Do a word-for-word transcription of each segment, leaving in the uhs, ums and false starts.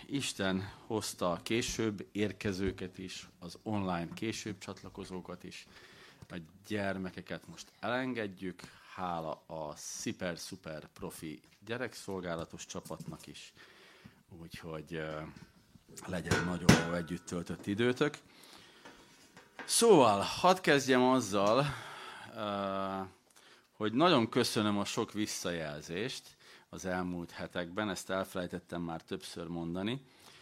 Isten hozta a később érkezőket is, az online később csatlakozókat is, a gyermekeket most elengedjük, hála a szuper-szuper profi gyerekszolgálatos csapatnak is, úgyhogy uh, legyen nagyon jó együtt töltött időtök. Szóval, hadd kezdjem azzal, uh, hogy nagyon köszönöm a sok visszajelzést az elmúlt hetekben, ezt elfelejtettem már többször mondani.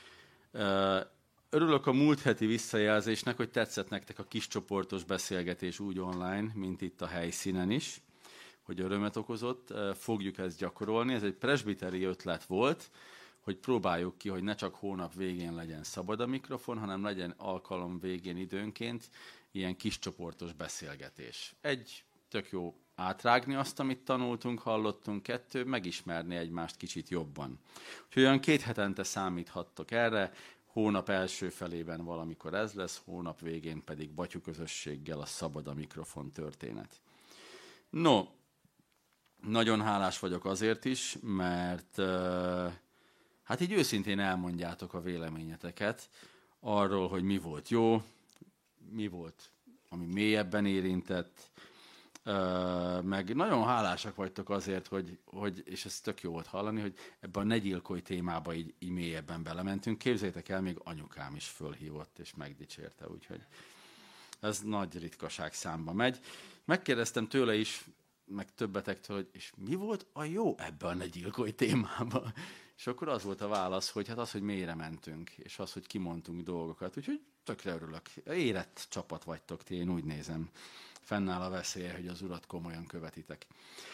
Örülök a múlt heti visszajelzésnek, hogy tetszett nektek a kis csoportos beszélgetés úgy online, mint itt a helyszínen is, hogy örömet okozott. Fogjuk ezt gyakorolni. Ez egy presbiteri ötlet volt, hogy próbáljuk ki, hogy ne csak hónap végén legyen szabad a mikrofon, hanem legyen alkalom végén időnként ilyen kis csoportos beszélgetés. Egy tök jó átrágni azt, amit tanultunk, hallottunk, kettő, megismerni egymást kicsit jobban. Úgyhogy olyan két hetente számíthattok erre, hónap első felében valamikor ez lesz, hónap végén pedig Batyú közösséggel a szabad a mikrofon történet. No, nagyon hálás vagyok azért is, mert uh, hát így őszintén elmondjátok a véleményeteket arról, hogy mi volt jó, mi volt, ami mélyebben érintett, Uh, meg nagyon hálásak vagytok azért, hogy, hogy, és ez tök jó volt hallani, hogy ebben a ne gyilkolj témába így, így mélyebben belementünk. Képzeljétek el, még anyukám is fölhívott és megdicsérte, úgyhogy ez nagy ritkaság számba megy. Megkérdeztem tőle is, meg többetektől, hogy és mi volt a jó ebben a ne gyilkolj témában? És akkor az volt a válasz, hogy hát az, hogy mélyre mentünk, és az, hogy kimondtunk dolgokat. Úgyhogy tökre örülök. Érett csapat vagytok ti, én úgy nézem. Fennáll a veszélye, hogy az Urat komolyan követitek.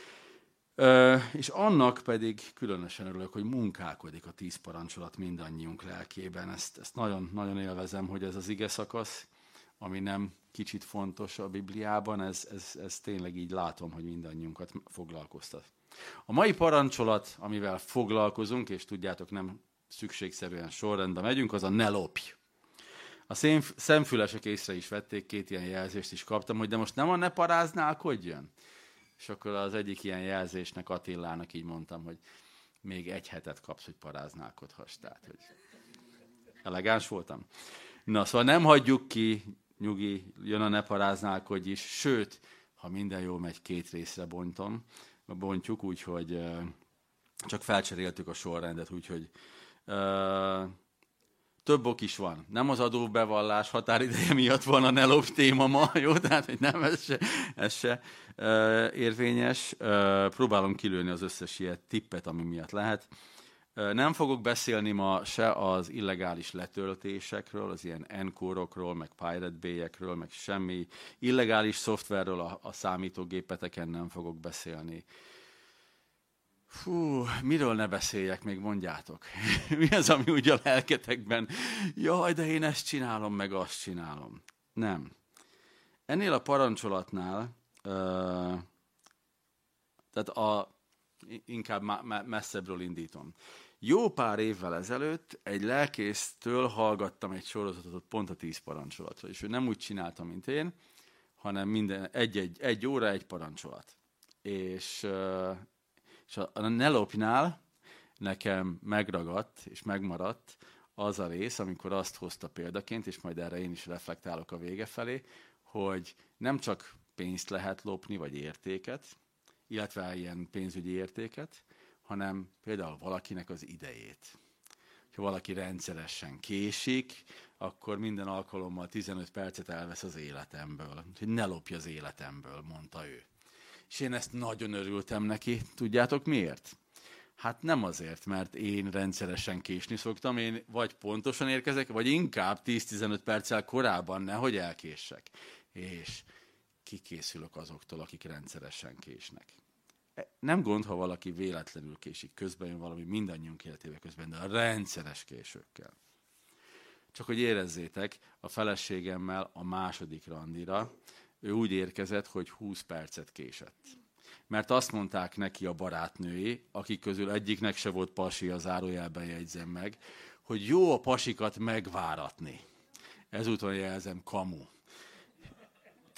Ö, és annak pedig különösen örülök, hogy munkálkodik a tíz parancsolat mindannyiunk lelkében. Ezt, ezt nagyon, nagyon élvezem, hogy ez az ige szakasz, ami nem kicsit fontos a Bibliában, ez, ez, ez tényleg így látom, hogy mindannyiunkat foglalkoztat. A mai parancsolat, amivel foglalkozunk, és tudjátok, nem szükségszerűen sorrendben megyünk, az a ne lopj. A szemfülesek észre is vették, két ilyen jelzést is kaptam, hogy de most nem a ne paráználkodjon? És akkor az egyik ilyen jelzésnek, Attilának így mondtam, hogy még egy hetet kapsz, hogy paráználkodhass. Tehát, hogy elegáns voltam. Na, szóval nem hagyjuk ki, nyugi, jön a ne paráználkodj is, sőt, ha minden jól megy, két részre bontom, bontjuk, úgyhogy csak felcseréltük a sorrendet, úgyhogy uh, több ok is van. Nem az adóbevallás határideje miatt van a ne lopj téma ma, jó? Tehát, hogy nem, ez se, ez se uh, érvényes. Uh, próbálom kilőni az összes ilyen tippet, ami miatt lehet. Uh, nem fogok beszélni ma se az illegális letöltésekről, az ilyen enkórokról, meg Pirate Bay-ekről, meg semmi illegális szoftverről a, a számítógépeteken nem fogok beszélni. Fú, miről ne beszéljek, még mondjátok. Mi az, ami úgy a lelketekben, jaj, de én ezt csinálom, meg azt csinálom. Nem. Ennél a parancsolatnál, uh, tehát a, inkább má, messzebbről indítom. Jó pár évvel ezelőtt egy lelkésztől hallgattam egy sorozatot pont a tíz parancsolatra, és ő nem úgy csinálta, mint én, hanem minden, egy-egy egy óra egy parancsolat. És... Uh, És a, a ne lopjnál nekem megragadt és megmaradt az a rész, amikor azt hozta példaként, és majd erre én is reflektálok a vége felé, hogy nem csak pénzt lehet lopni, vagy értéket, illetve ilyen pénzügyi értéket, hanem például valakinek az idejét. Ha valaki rendszeresen késik, akkor minden alkalommal tizenöt percet elvesz az életemből. Hogy ne lopj az életemből, mondta ő. És én ezt nagyon örültem neki. Tudjátok miért? Hát nem azért, mert én rendszeresen késni szoktam, én vagy pontosan érkezek, vagy inkább tíz-tizenöt perccel korábban, nehogy elkéssek. És kikészülök azoktól, akik rendszeresen késnek. Nem gond, ha valaki véletlenül késik, közben jön valami mindannyiunk életébe közben, de a rendszeres későkkel. Csak hogy érezzétek, a feleségemmel a második randira, ő úgy érkezett, hogy húsz percet késett. Mert azt mondták neki a barátnői, akik közül egyiknek se volt pasi, a zárójelben jegyzem meg, hogy jó a pasikat megváratni. Ezúton jelzem, kamu.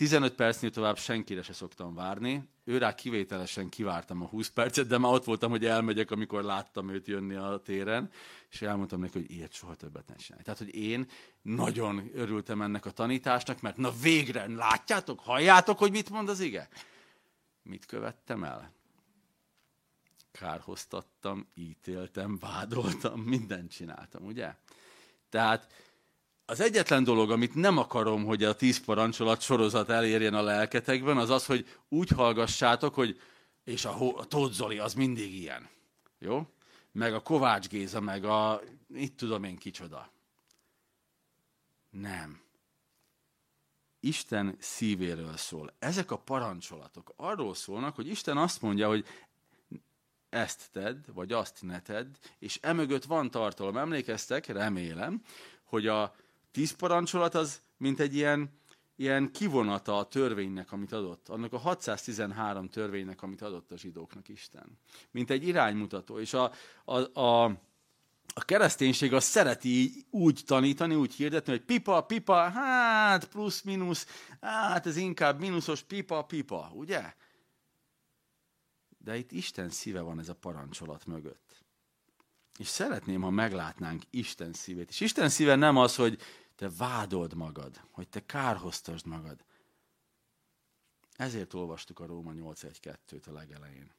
tizenöt percnél tovább senkire se szoktam várni. Ő rá kivételesen kivártam a húsz percet, de már ott voltam, hogy elmegyek, amikor láttam őt jönni a téren, és elmondtam neki, hogy ilyet soha többet ne csinálj. Tehát, hogy én nagyon örültem ennek a tanításnak, mert na végre látjátok, halljátok, hogy mit mond az ige? Mit követtem el? Kárhoztattam, ítéltem, vádoltam, mindent csináltam, ugye? Tehát az egyetlen dolog, amit nem akarom, hogy a tíz parancsolat sorozat elérjen a lelketekben, az az, hogy úgy hallgassátok, hogy és a, a Tóth Zoli az mindig ilyen. Jó? Meg a Kovács Géza, meg a itt tudom én kicsoda. Nem. Isten szívéről szól. Ezek a parancsolatok arról szólnak, hogy Isten azt mondja, hogy ezt tedd, vagy azt ne tedd, és emögött van tartalom. Emlékeztek, remélem, hogy a tíz parancsolat az, mint egy ilyen, ilyen kivonata a törvénynek, amit adott. Annak a hatszáztizenhárom törvénynek, amit adott a zsidóknak Isten. Mint egy iránymutató. És a, a, a, a kereszténység azt szereti úgy tanítani, úgy hirdetni, hogy pipa, pipa, hát plusz, mínusz, hát ez inkább mínuszos, pipa, pipa, ugye? De itt Isten szíve van ez a parancsolat mögött. És szeretném, ha meglátnánk Isten szívét. És Isten szíve nem az, hogy te vádold magad, hogy te kárhoztasd magad. Ezért olvastuk a Róma nyolc egy kettőt a legelején.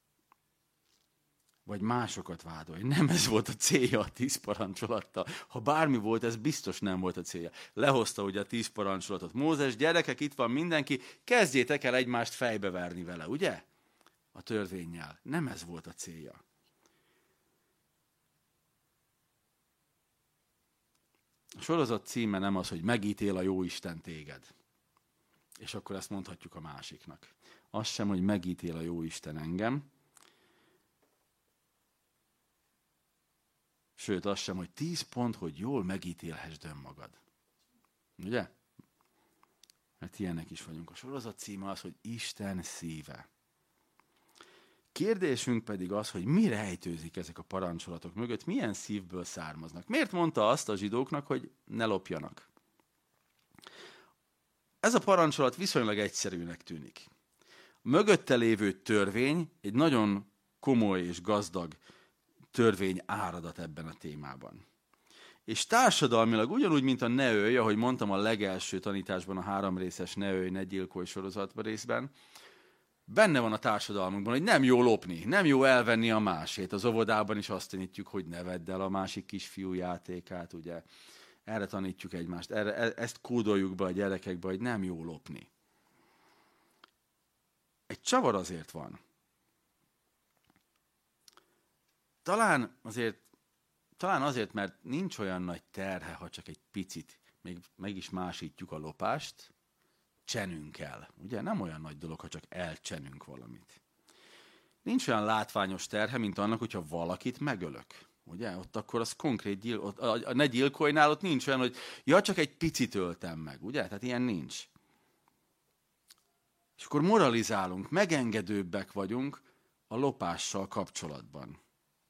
Vagy másokat vádolj. Nem ez volt a célja a tíz parancsolattal. Ha bármi volt, ez biztos nem volt a célja. Lehozta ugye a tíz parancsolatot. Mózes, gyerekek, itt van mindenki, kezdjétek el egymást fejbeverni vele, ugye? A törvénnyel. Nem ez volt a célja. A sorozat címe nem az, hogy megítél a Jóisten téged. És akkor ezt mondhatjuk a másiknak. Az sem, hogy megítél a Jóisten engem. Sőt, az sem, hogy tíz pont, hogy jól megítélhessd önmagad. Ugye? Mert ilyenek is vagyunk. A sorozat címe az, hogy Isten szíve. Kérdésünk pedig az, hogy mi rejtőzik ezek a parancsolatok mögött, milyen szívből származnak. Miért mondta azt a zsidóknak, hogy ne lopjanak? Ez a parancsolat viszonylag egyszerűnek tűnik. A mögötte lévő törvény egy nagyon komoly és gazdag törvény áradat ebben a témában. És társadalmilag ugyanúgy, mint a ne ölj, ahogy mondtam a legelső tanításban, a három részes ne ölj, ne gyilkolj sorozatban részben, benne van a társadalmunkban, hogy nem jó lopni, nem jó elvenni a másét. Az óvodában is azt tanítjuk, hogy ne vedd el a másik kisfiú játékát, ugye. Erre tanítjuk egymást, erre, ezt kódoljuk be a gyerekekbe, hogy nem jó lopni. Egy csavar azért van. Talán azért, talán azért, mert nincs olyan nagy terhe, ha csak egy picit még meg is másítjuk a lopást, csenünk el. Ugye nem olyan nagy dolog, ha csak elcsenünk valamit. Nincs olyan látványos terhe, mint annak, hogyha valakit megölök. Ugye? Ott akkor az konkrét gyil... ott, a, a ne gyilkolnál, ott nincs olyan, hogy ja, csak egy picit öltem meg. Ugye? Tehát ilyen nincs. És akkor moralizálunk, megengedőbbek vagyunk a lopással kapcsolatban.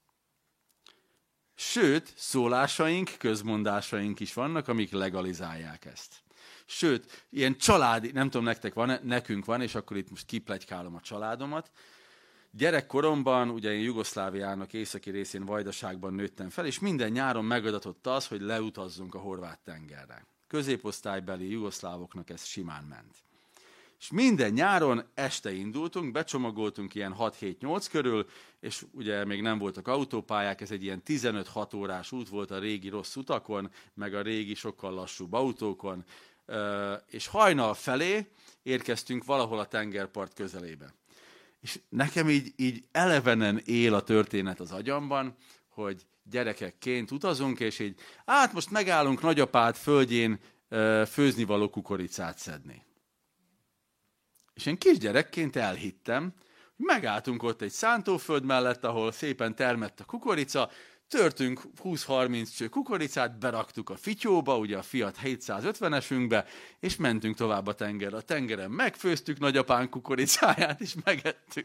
Sőt, szólásaink, közmondásaink is vannak, amik legalizálják ezt. Sőt, ilyen családi, nem tudom, nektek van, nekünk van, és akkor itt most kipletykálom a családomat. Gyerekkoromban, ugye én Jugoszláviának északi részén, Vajdaságban nőttem fel, és minden nyáron megadatott az, hogy leutazzunk a Horvát-tengerre. Középosztálybeli jugoszlávoknak ez simán ment. És minden nyáron este indultunk, becsomagoltunk ilyen hat-hét-nyolc körül, és ugye még nem voltak autópályák, ez egy ilyen tizenöt-hat órás út volt a régi rossz utakon, meg a régi sokkal lassúbb autókon, és hajnal felé érkeztünk valahol a tengerpart közelébe. És nekem így, így elevenen él a történet az agyamban, hogy gyerekekként utazunk, és így, hát most megállunk nagyapád földjén főznivaló kukoricát szedni. És én kisgyerekként elhittem, hogy megálltunk ott egy szántóföld mellett, ahol szépen termett a kukorica, törtünk húsz-harminc cső kukoricát, beraktuk a fityóba, ugye a Fiat hétszázötvenesünkbe, és mentünk tovább a tengerre. A tengeren megfőztük nagyapán kukoricáját, és megettük.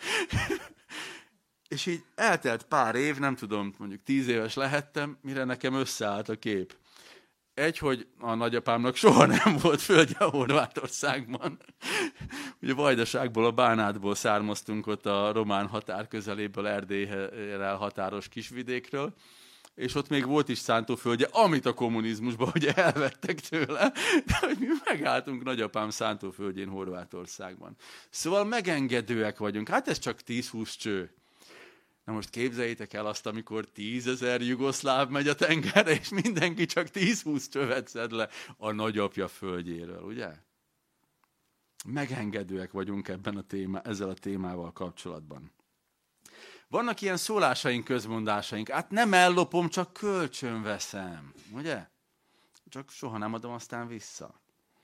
És így eltelt pár év, nem tudom, mondjuk tíz éves lehettem, mire nekem összeállt a kép. Egy, hogy a nagyapámnak soha nem volt földje a Horvátországban. Ugye Vajdaságból, a Bánátból származtunk, ott a román határ közeléből, Erdélyrel határos kisvidékről, és ott még volt is szántóföldje, amit a kommunizmusban ugye elvettek tőle, de hogy mi megálltunk nagyapám szántóföldjén Horvátországban. Szóval megengedőek vagyunk. Hát ez csak tíz-húsz cső. Na most képzeljétek el azt, amikor tízezer jugoszláv megy a tengerre, és mindenki csak tíz-húsz csövet szed le a nagyapja földjéről, ugye? Megengedőek vagyunk ebben a téma, ezzel a témával kapcsolatban. Vannak ilyen szólásaink, közmondásaink. Hát nem ellopom, csak kölcsön veszem, ugye? Csak soha nem adom, aztán vissza.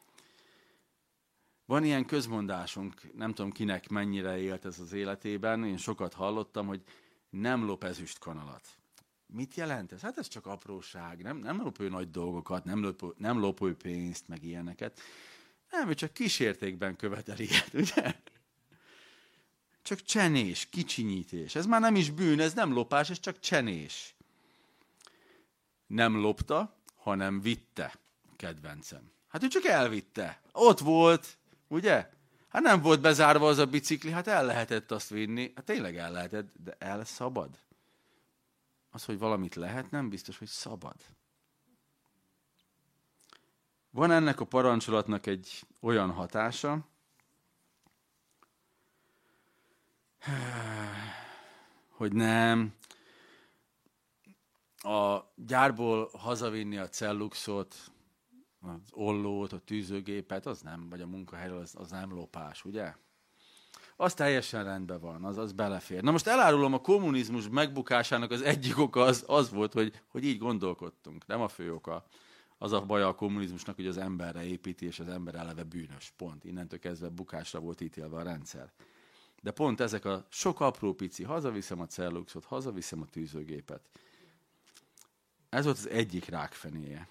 Van ilyen közmondásunk, nem tudom kinek mennyire élt ez az életében, én sokat hallottam, hogy nem lop ezüstkanalat. Mit jelent ez? Hát ez csak apróság, nem, nem lop ő nagy dolgokat, nem lop, nem lop ő pénzt, meg ilyeneket. Nem, ő csak kísértékben követel ilyet, ugye? Csak csenés, kicsinyítés. Ez már nem is bűn, ez nem lopás, ez csak csenés. Nem lopta, hanem vitte, kedvencem. Hát ő csak elvitte. Ott volt, ugye? Hát nem volt bezárva az a bicikli, hát el lehetett azt vinni. Hát tényleg el lehetett, de el szabad. Az, hogy valamit lehet, nem biztos, hogy szabad. Van ennek a parancsolatnak egy olyan hatása, hogy nem a gyárból hazavinni a celluxot, az ollót, a tűzőgépet, az nem, vagy a munkahelyről, az, az nem lopás, ugye? Az teljesen rendben van, az, az belefér. Na most elárulom, a kommunizmus megbukásának az egyik oka az, az volt, hogy, hogy így gondolkodtunk, nem a fő oka. Az a baj a kommunizmusnak, hogy az emberre építi, és az ember eleve bűnös, pont. Innentől kezdve bukásra volt ítélve a rendszer. De pont ezek a sok apró pici, hazaviszem a celluxot, hazaviszem a tűzőgépet. Ez volt az egyik rákfenéje.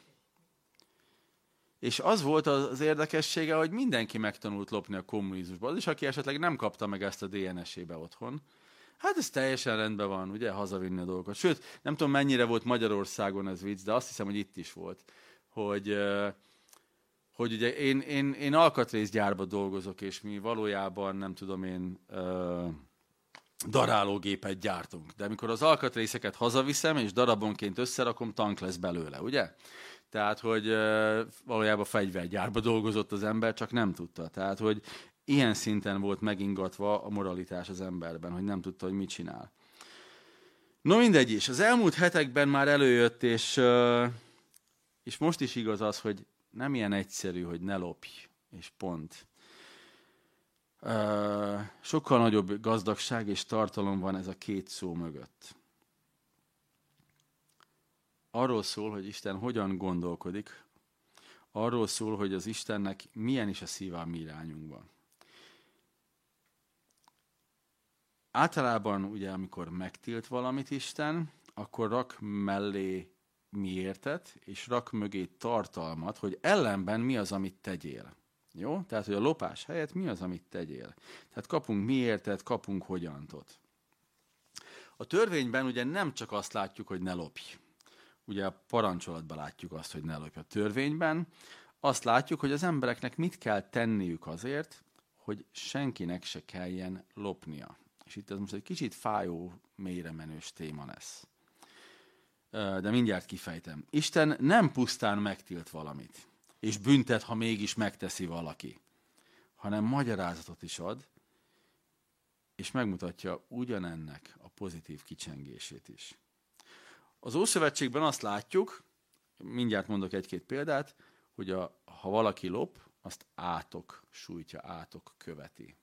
És az volt az érdekessége, hogy mindenki megtanult lopni a kommunizmusban. Az is, aki esetleg nem kapta meg ezt a dé en es-ébe otthon. Hát ez teljesen rendben van, ugye, hazavinni a dolgokat. Sőt, nem tudom, mennyire volt Magyarországon ez vicc, de azt hiszem, hogy itt is volt, hogy, hogy ugye én, én, én alkatrészgyárba dolgozok, és mi valójában, nem tudom én, darálógépet gyártunk. De amikor az alkatrészeket hazaviszem, és darabonként összerakom, tank lesz belőle, ugye? Tehát, hogy valójában fegyvergyárba dolgozott az ember, csak nem tudta. Tehát, hogy ilyen szinten volt megingatva a moralitás az emberben, hogy nem tudta, hogy mit csinál. No mindegy is. Az elmúlt hetekben már előjött, és, és most is igaz az, hogy nem ilyen egyszerű, hogy ne lopj, és pont. Sokkal nagyobb gazdagság és tartalom van ez a két szó mögött. Arról szól, hogy Isten hogyan gondolkodik, arról szól, hogy az Istennek milyen is a szíve a mi irányunkban. Általában ugye, amikor megtilt valamit Isten, akkor rak mellé miértet, és rak mögé tartalmat, hogy ellenben mi az, amit tegyél. Jó? Tehát, hogy a lopás helyett mi az, amit tegyél. Tehát kapunk miértet, kapunk hogyantot. A törvényben ugye nem csak azt látjuk, hogy ne lopj. Ugye a parancsolatban látjuk azt, hogy ne lopj. A törvényben azt látjuk, hogy az embereknek mit kell tenniük azért, hogy senkinek se kelljen lopnia. És itt ez most egy kicsit fájó, mélyre menős téma lesz. De mindjárt kifejtem. Isten nem pusztán megtilt valamit, és büntet, ha mégis megteszi valaki, hanem magyarázatot is ad, és megmutatja ugyanennek a pozitív kicsengését is. Az Ószövetségben azt látjuk, mindjárt mondok egy-két példát, hogy a, ha valaki lop, azt átok sújtja, átok követi.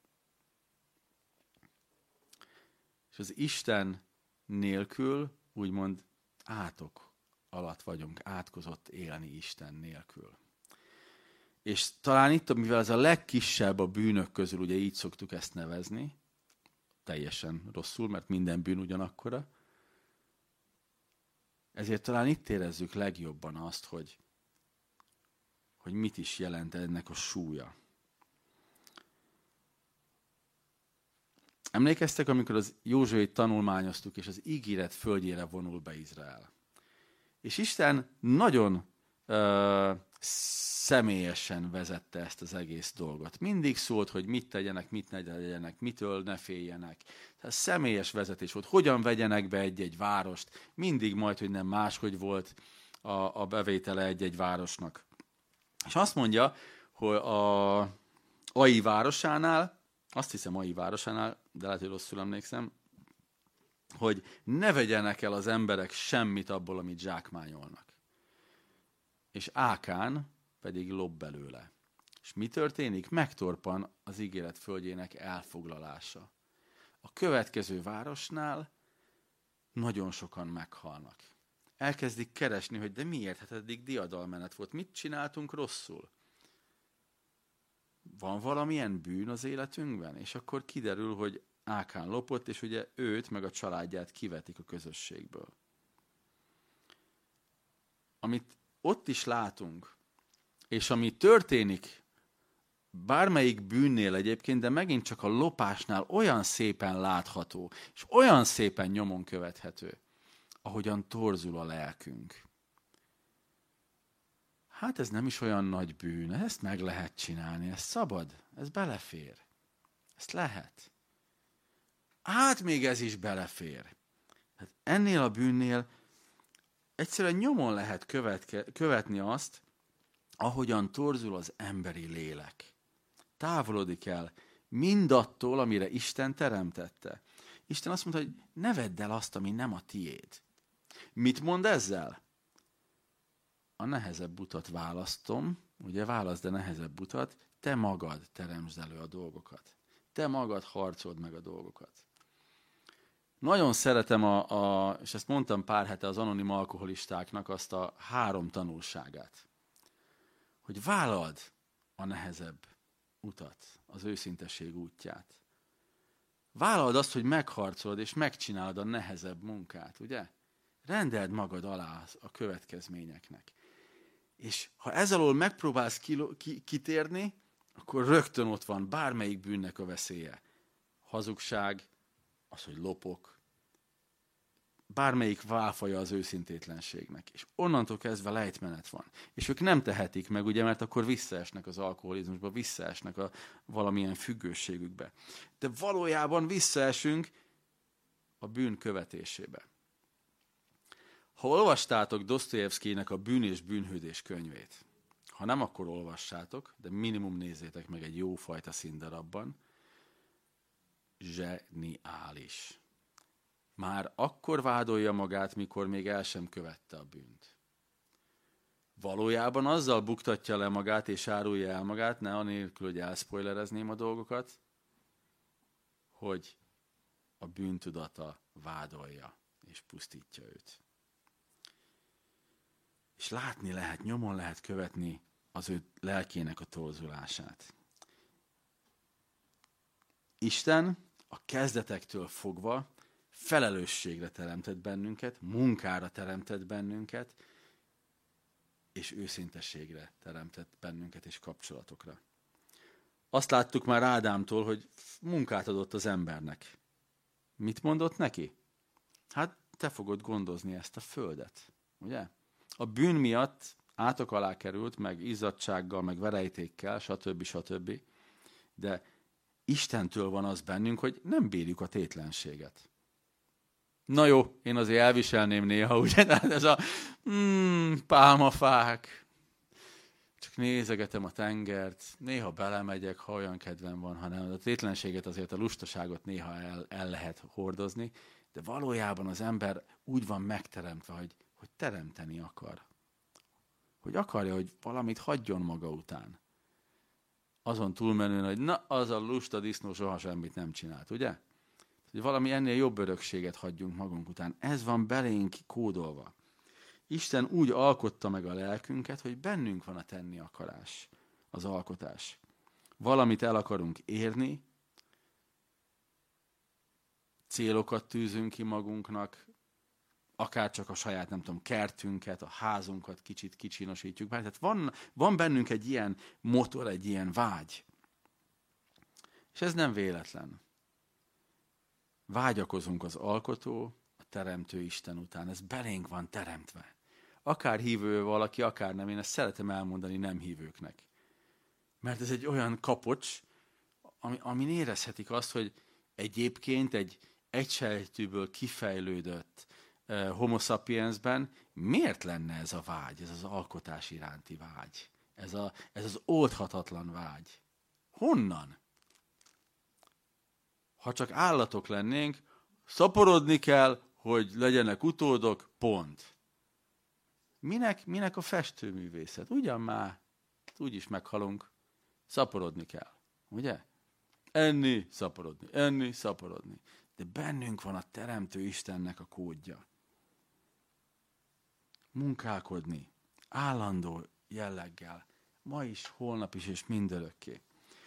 És az Isten nélkül, úgymond átok alatt vagyunk, átkozott élni Isten nélkül. És talán itt, mivel ez a legkisebb a bűnök közül, ugye így szoktuk ezt nevezni, teljesen rosszul, mert minden bűn ugyanakkora, ezért talán itt érezzük legjobban azt, hogy, hogy mit is jelent ennek a súlya. Emlékeztek, amikor az Józsuét tanulmányoztuk, és az ígéret földjére vonul be Izrael. És Isten nagyon ö, személyesen vezette ezt az egész dolgot. Mindig szólt, hogy mit tegyenek, mit ne tegyenek, mitől ne féljenek. Tehát személyes vezetés volt. Hogyan vegyenek be egy-egy várost. Mindig majd, hogy nem máshogy volt a, a bevétele egy-egy városnak. És azt mondja, hogy a Ai városánál, azt hiszem Ai városánál, de lehet, hogy rosszul emlékszem, hogy ne vegyenek el az emberek semmit abból, amit zsákmányolnak. És Ákán pedig lop belőle. És mi történik? Megtorpan az ígéret földjének elfoglalása. A következő városnál nagyon sokan meghalnak. Elkezdik keresni, hogy de miért? Hát eddig diadalmenet volt. Mit csináltunk rosszul? Van valamilyen bűn az életünkben? És akkor kiderül, hogy Ákán lopott, és ugye őt meg a családját kivetik a közösségből. Amit ott is látunk, és ami történik bármelyik bűnnél egyébként, de megint csak a lopásnál olyan szépen látható, és olyan szépen nyomon követhető, ahogyan torzul a lelkünk. Hát ez nem is olyan nagy bűn, ezt meg lehet csinálni, ez szabad, ez belefér. Ezt lehet. Hát még ez is belefér. Hát ennél a bűnnél egyszerűen nyomon lehet követke, követni azt, ahogyan torzul az emberi lélek. Távolodik el mindattól, amire Isten teremtette. Isten azt mondta, hogy ne vedd el azt, ami nem a tiéd. Mit mond ezzel? A nehezebb utat választom, ugye válaszd a nehezebb utat, te magad teremtsd elő a dolgokat. Te magad harcold meg a dolgokat. Nagyon szeretem, a, a, és ezt mondtam pár hete az anonim alkoholistáknak, azt a három tanulságát. Hogy vállald a nehezebb utat, az őszintesség útját. Vállald azt, hogy megharcolod és megcsinálod a nehezebb munkát, ugye? Rendeld magad alá a következményeknek. És ha ez alól megpróbálsz ki, ki, kitérni, akkor rögtön ott van bármelyik bűnnek a veszélye. Hazugság, az, hogy lopok, bármelyik válfaja az őszintétlenségnek. És onnantól kezdve lejtmenet van. És ők nem tehetik meg, ugye, mert akkor visszaesnek az alkoholizmusba, visszaesnek a valamilyen függőségükbe. De valójában visszaesünk a bűn követésébe. Ha olvastátok Dosztojevszkijnek a Bűn és bűnhődés könyvét, ha nem, akkor olvassátok, de minimum nézzétek meg egy jó fajta színdarabban, zseniális. Már akkor vádolja magát, mikor még el sem követte a bűnt. Valójában azzal buktatja le magát és árulja el magát, ne anélkül, hogy elszpoilerezném a dolgokat, hogy a bűntudata vádolja és pusztítja őt. És látni lehet, nyomon lehet követni az ő lelkének a torzulását. Isten a kezdetektől fogva felelősségre teremtett bennünket, munkára teremtett bennünket, és őszintességre teremtett bennünket, és kapcsolatokra. Azt láttuk már Ádámtól, hogy munkát adott az embernek. Mit mondott neki? Hát te fogod gondozni ezt a földet, ugye? A bűn miatt átok alá került, meg izzadtsággal, meg verejtékkel, stb. stb. De Istentől van az bennünk, hogy nem bírjuk a tétlenséget. Na jó, én azért elviselném néha, ugye? Tehát ez a mm, pálmafák, csak nézegetem a tengert, néha belemegyek, ha olyan kedvem van, hanem a tétlenséget, azért a lustaságot néha el, el lehet hordozni, de valójában az ember úgy van megteremtve, hogy, hogy teremteni akar. Hogy akarja, hogy valamit hagyjon maga után. Azon túlmenően, hogy na, az a lusta disznó soha semmit nem csinált, ugye? Hogy valami ennél jobb örökséget hagyjunk magunk után. Ez van belénk kódolva. Isten úgy alkotta meg a lelkünket, hogy bennünk van a tenni akarás, az alkotás. Valamit el akarunk érni, célokat tűzünk ki magunknak, akár csak a saját, nem tudom, kertünket, a házunkat kicsit kicsinosítjuk. Tehát van, van bennünk egy ilyen motor, egy ilyen vágy. És ez nem véletlen. Vágyakozunk az alkotó, a teremtő Isten után. Ez belénk van teremtve. Akár hívő valaki, akár nem. Én ezt szeretem elmondani nem hívőknek. Mert ez egy olyan kapocs, ami, amin érezhetik azt, hogy egyébként egy egysejtűből kifejlődött uh, homo sapiensben miért lenne ez a vágy, ez az alkotás iránti vágy? Ez, a, ez az oldhatatlan vágy. Honnan? Ha csak állatok lennénk, szaporodni kell, hogy legyenek utódok, pont. Minek, minek a festőművészet? Ugyan már, úgyis meghalunk, szaporodni kell, ugye? Enni, szaporodni, enni, szaporodni. De bennünk van a Teremtő Istennek a kódja. Munkálkodni, állandó jelleggel, ma is, holnap is, és mindörökké.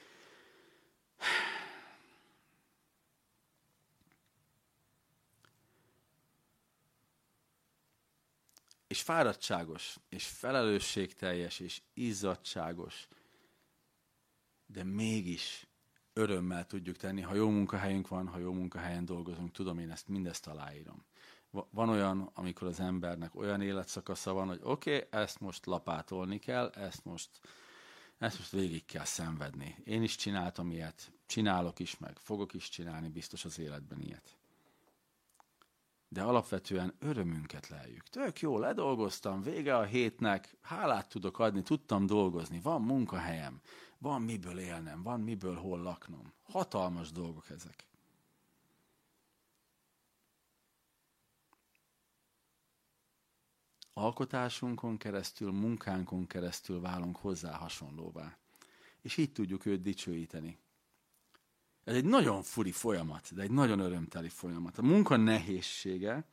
És fáradtságos, és felelősségteljes, és izzadságos, de mégis örömmel tudjuk tenni, ha jó munkahelyünk van, ha jó munkahelyen dolgozunk, tudom, én ezt mindezt aláírom. Van olyan, amikor az embernek olyan életszakasza van, hogy oké, okay, ezt most lapátolni kell, ezt most, ezt most végig kell szenvedni. Én is csináltam ilyet, csinálok is, meg fogok is csinálni biztos az életben ilyet. De alapvetően örömünket leljük. Tök jó, ledolgoztam, vége a hétnek, hálát tudok adni, tudtam dolgozni, van munkahelyem, van miből élnem, van miből hol laknom. Hatalmas dolgok ezek. Alkotásunkon keresztül, munkánkon keresztül válunk hozzá hasonlóvá. És így tudjuk őt dicsőíteni. Ez egy nagyon furi folyamat, de egy nagyon örömteli folyamat. A munka nehézsége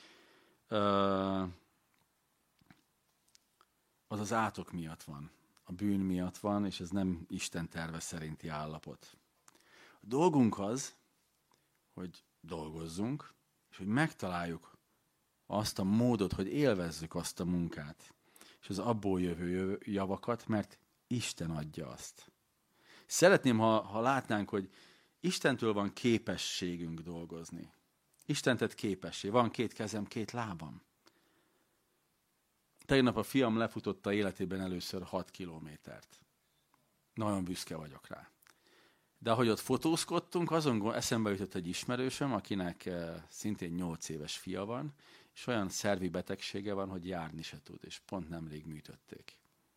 az az átok miatt van. A bűn miatt van, és ez nem Isten terve szerinti állapot. A dolgunk az, hogy dolgozzunk, és hogy megtaláljuk azt a módot, hogy élvezzük azt a munkát, és az abból jövő javakat, mert Isten adja azt. Szeretném, ha, ha látnánk, hogy Istentől van képességünk dolgozni. Isten tett képessé. Van két kezem, két lábam. Tegnap a fiam lefutotta életében először hat kilométert. Nagyon büszke vagyok rá. De ahogy ott fotózkodtunk, azon eszembe jutott egy ismerősöm, akinek szintén nyolc éves fia van, és olyan szervi betegsége van, hogy járni se tud, és pont nemrég műtötték.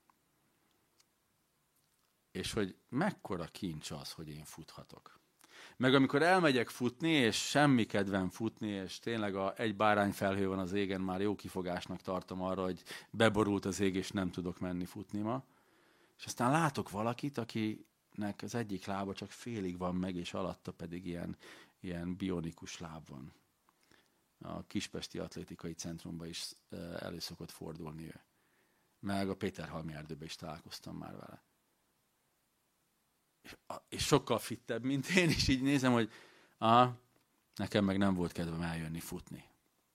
És hogy mekkora kincs az, hogy én futhatok. Meg amikor elmegyek futni, és semmi kedvem futni, és tényleg a egy bárányfelhő van az égen, már jó kifogásnak tartom arra, hogy beborult az ég, és nem tudok menni futni ma. És aztán látok valakit, akinek az egyik lába csak félig van meg, és alatta pedig ilyen, ilyen bionikus láb van. A Kispesti Atlétikai Centrumban is elő szokott fordulni ő. Meg a Péterhalmi erdőben is találkoztam már vele. És, és sokkal fittebb, mint én, és így nézem, hogy aha, nekem meg nem volt kedvem eljönni futni.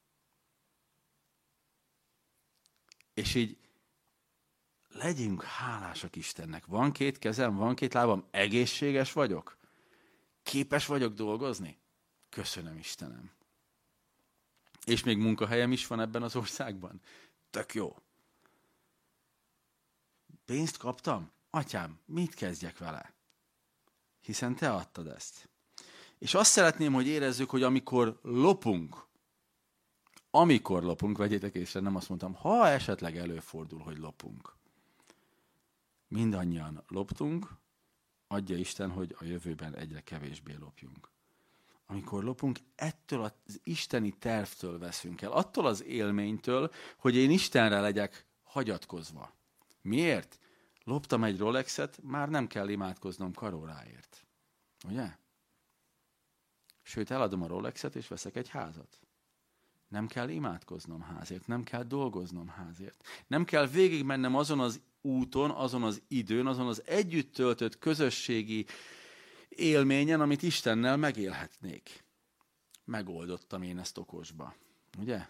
És így legyünk hálásak Istennek. Van két kezem, van két lábam, egészséges vagyok? Képes vagyok dolgozni? Köszönöm, Istenem. És még munkahelyem is van ebben az országban? Tök jó. Pénzt kaptam? Atyám, mit kezdjek vele? Hiszen te adtad ezt. És azt szeretném, hogy érezzük, hogy amikor lopunk, amikor lopunk, vegyétek észre, nem azt mondtam, ha esetleg előfordul, hogy lopunk. Mindannyian loptunk, adja Isten, hogy a jövőben egyre kevésbé lopjunk. Amikor lopunk, ettől az isteni tervtől veszünk el, attól az élménytől, hogy én Istenre legyek hagyatkozva. Miért? Loptam egy Rolexet, már nem kell imádkoznom karóráért. Ugye? Sőt, eladom a Rolexet, és veszek egy házat. Nem kell imádkoznom házért, nem kell dolgoznom házért. Nem kell végigmennem azon az úton, azon az időn, azon az együtt töltött közösségi élményen, amit Istennel megélhetnék. Megoldottam én ezt okosba. Ugye?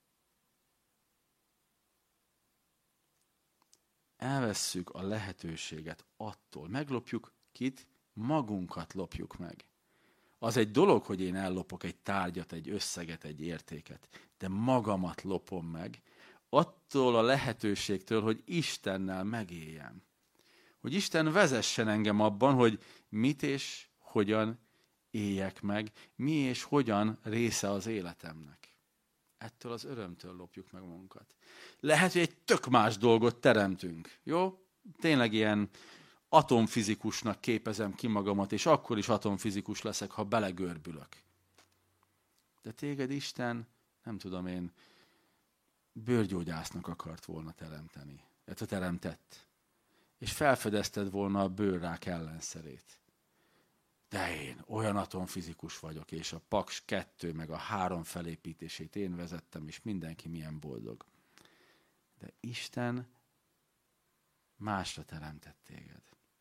Elvesszük a lehetőséget attól. Meglopjuk kit? Magunkat lopjuk meg. Az egy dolog, hogy én ellopok egy tárgyat, egy összeget, egy értéket, de magamat lopom meg attól a lehetőségtől, hogy Istennel megéljem. Hogy Isten vezessen engem abban, hogy mit és hogyan éljek meg, mi és hogyan része az életemnek. Ettől az örömtől lopjuk meg magunkat. Lehet, hogy egy tök más dolgot teremtünk. Jó? Tényleg ilyen atomfizikusnak képezem ki magamat, és akkor is atomfizikus leszek, ha belegörbülök. De téged Isten, nem tudom én, bőrgyógyásznak akart volna teremteni. Ezt teremtett. És felfedezted volna a bőrrák ellenszerét. De én olyan atomfizikus vagyok, és a Paks kettő meg a három felépítését én vezettem, és mindenki milyen boldog. De Isten másra teremtett téged.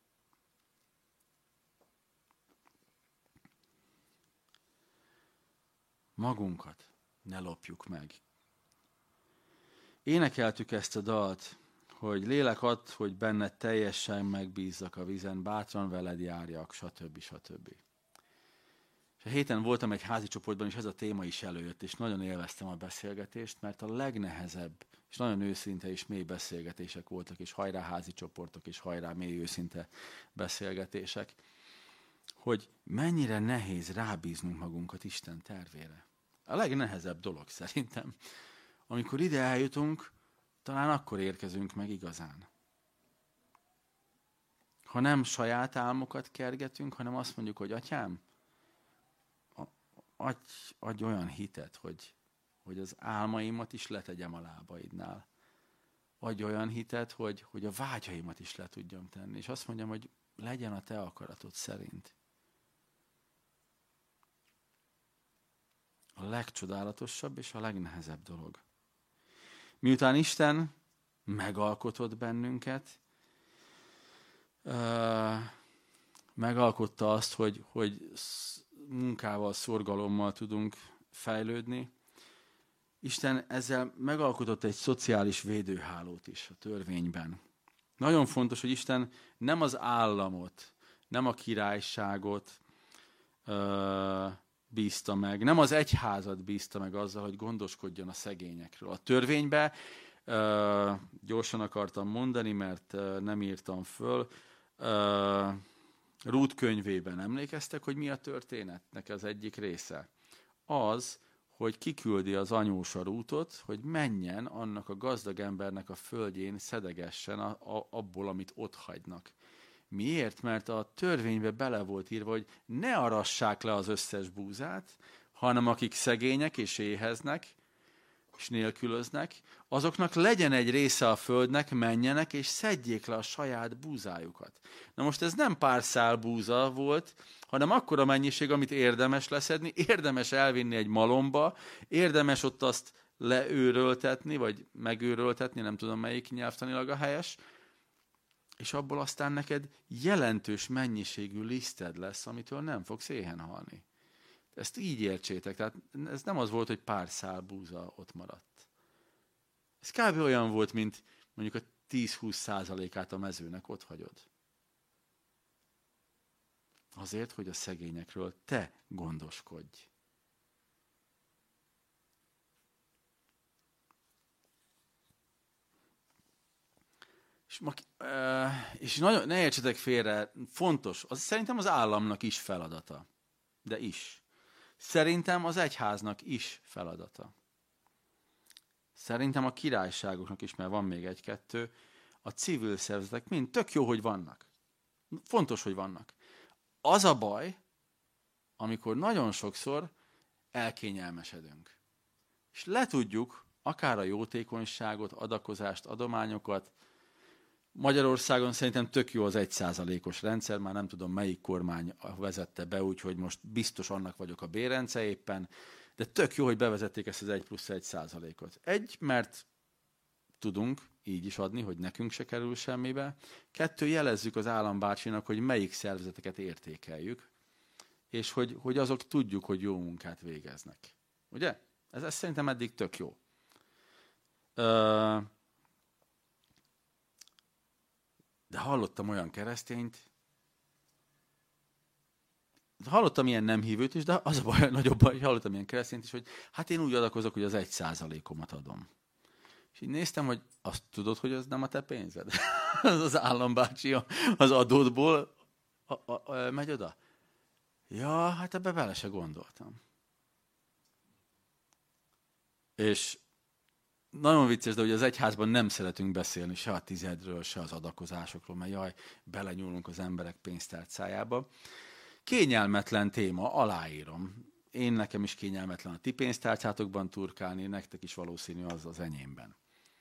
Magunkat ne lopjuk meg. Énekeltük ezt a dalt, hogy lélek add, hogy benned teljesen megbízzak a vízen, bátran veled járjak, stb. stb. És a héten voltam egy házi csoportban, és ez a téma is előjött, és nagyon élveztem a beszélgetést, mert a legnehezebb, és nagyon őszinte és mély beszélgetések voltak, és hajrá házi csoportok, és hajrá mély őszinte beszélgetések, hogy mennyire nehéz rábíznunk magunkat Isten tervére. A legnehezebb dolog szerintem. Amikor ide eljutunk, talán akkor érkezünk meg igazán. Ha nem saját álmokat kergetünk, hanem azt mondjuk, hogy atyám, adj, adj olyan hitet, hogy, hogy az álmaimat is letegyem a lábaidnál. Adj olyan hitet, hogy, hogy a vágyaimat is le tudjam tenni. És azt mondjam, hogy legyen a te akaratod szerint. A legcsodálatosabb és a legnehezebb dolog. Miután Isten megalkotott bennünket, megalkotta azt, hogy, hogy munkával, szorgalommal tudunk fejlődni, Isten ezzel megalkotott egy szociális védőhálót is a törvényben. Nagyon fontos, hogy Isten nem az államot, nem a királyságot bízta meg, nem az egyházat bízta meg azzal, hogy gondoskodjon a szegényekről. A törvényben uh, gyorsan akartam mondani, mert uh, nem írtam föl, uh, Rút könyvében emlékeztek, hogy mi a történetnek az egyik része? Az, hogy kiküldi az anyósa Rútot, hogy menjen annak a gazdag embernek a földjén szedegessen a, a, abból, amit ott hagynak. Miért? Mert a törvénybe bele volt írva, hogy ne arassák le az összes búzát, hanem akik szegények és éheznek, és nélkülöznek, azoknak legyen egy része a földnek, menjenek és szedjék le a saját búzájukat. Na most ez nem pár szál búza volt, hanem akkora mennyiség, amit érdemes leszedni, érdemes elvinni egy malomba, érdemes ott azt leőröltetni, vagy megőröltetni, nem tudom melyik nyelvtanilag a helyes, és abból aztán neked jelentős mennyiségű liszted lesz, amitől nem fogsz éhen halni. Ezt így értsétek, tehát ez nem az volt, hogy pár szál búza ott maradt. Ez kb. Olyan volt, mint mondjuk a tíz-húsz százalékát a mezőnek ott hagyod. Azért, hogy a szegényekről te gondoskodj. És, ma, és nagyon, ne értsetek félre, fontos, az szerintem az államnak is feladata. De is. Szerintem az egyháznak is feladata. Szerintem a királyságoknak is, mert van még egy-kettő, a civil szervezetek mind tök jó, hogy vannak. Fontos, hogy vannak. Az a baj, amikor nagyon sokszor elkényelmesedünk. És letudjuk akár a jótékonyságot, adakozást, adományokat. Magyarországon szerintem tök jó az egy százalékos rendszer, már nem tudom melyik kormány vezette be, úgyhogy most biztos annak vagyok a bérrendsze éppen, de tök jó, hogy bevezették ezt az egy plusz egy százalékot. Egy, mert tudunk így is adni, hogy nekünk se kerül semmibe. Kettő, jelezzük az állambácsinak, hogy melyik szervezeteket értékeljük, és hogy, hogy azok tudjuk, hogy jó munkát végeznek. Ugye? Ez, ez szerintem eddig tök jó. Ö, de hallottam olyan keresztényt, hallottam ilyen nem hívőt is, de az a baj, nagyobb baj, hogy hallottam ilyen keresztényt is, hogy hát én úgy adakozok, hogy az egy százalékomat adom. És így néztem, hogy azt tudod, hogy az nem a te pénzed. az az állambácsi az adódból a, a, a, megy oda. Ja, hát ebbe bele se gondoltam. És nagyon vicces, de ugye az egyházban nem szeretünk beszélni se a tizedről, se az adakozásokról, mert jaj, belenyúlunk az emberek pénztárcájába. Kényelmetlen téma, aláírom. Én nekem is kényelmetlen a ti pénztárcátokban turkálni, nektek is valószínű az az enyémben.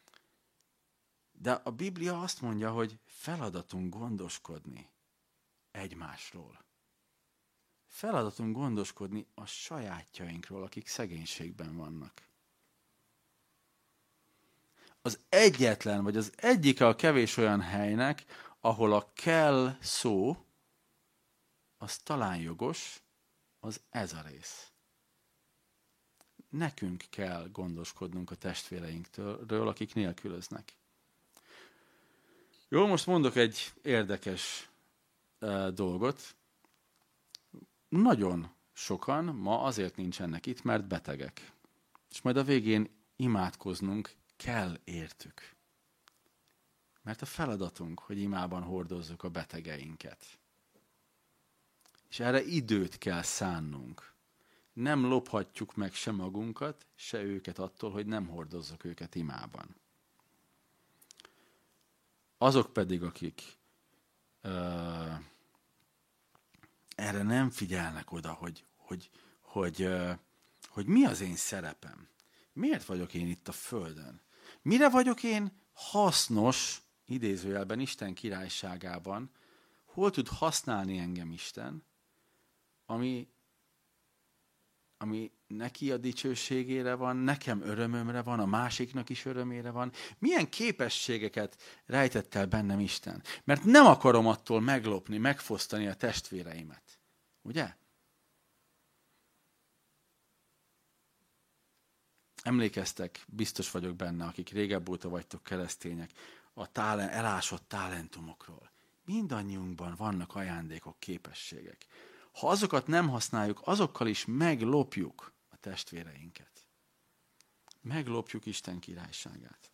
De a Biblia azt mondja, hogy feladatunk gondoskodni egymásról. Feladatunk gondoskodni a sajátjainkról, akik szegénységben vannak. Az egyetlen, vagy az egyik a kevés olyan helynek, ahol a kell szó, az talán jogos, az ez a rész. Nekünk kell gondoskodnunk a testvéreinktől, akik nélkülöznek. Jó, most mondok egy érdekes uh, dolgot. Nagyon sokan ma azért nincsenek itt, mert betegek. És majd a végén imádkoznunk kell értük. Mert a feladatunk, hogy imában hordozzuk a betegeinket. És erre időt kell szánnunk. Nem lophatjuk meg se magunkat, se őket attól, hogy nem hordozzuk őket imában. Azok pedig, akik uh, erre nem figyelnek oda, hogy, hogy, hogy, uh, hogy mi az én szerepem. Miért vagyok én itt a földön? Mire vagyok én hasznos, idézőjelben Isten királyságában? Hol tud használni engem Isten, ami, ami neki a dicsőségére van, nekem örömömre van, a másiknak is örömére van? Milyen képességeket rejtett el bennem Isten? Mert nem akarom attól meglopni, megfosztani a testvéreimet. Ugye? Emlékeztek, biztos vagyok benne, akik régebb óta vagytok keresztények, a tálen, elásott talentumokról. Mindannyiunkban vannak ajándékok, képességek. Ha azokat nem használjuk, azokkal is meglopjuk a testvéreinket. Meglopjuk Isten királyságát.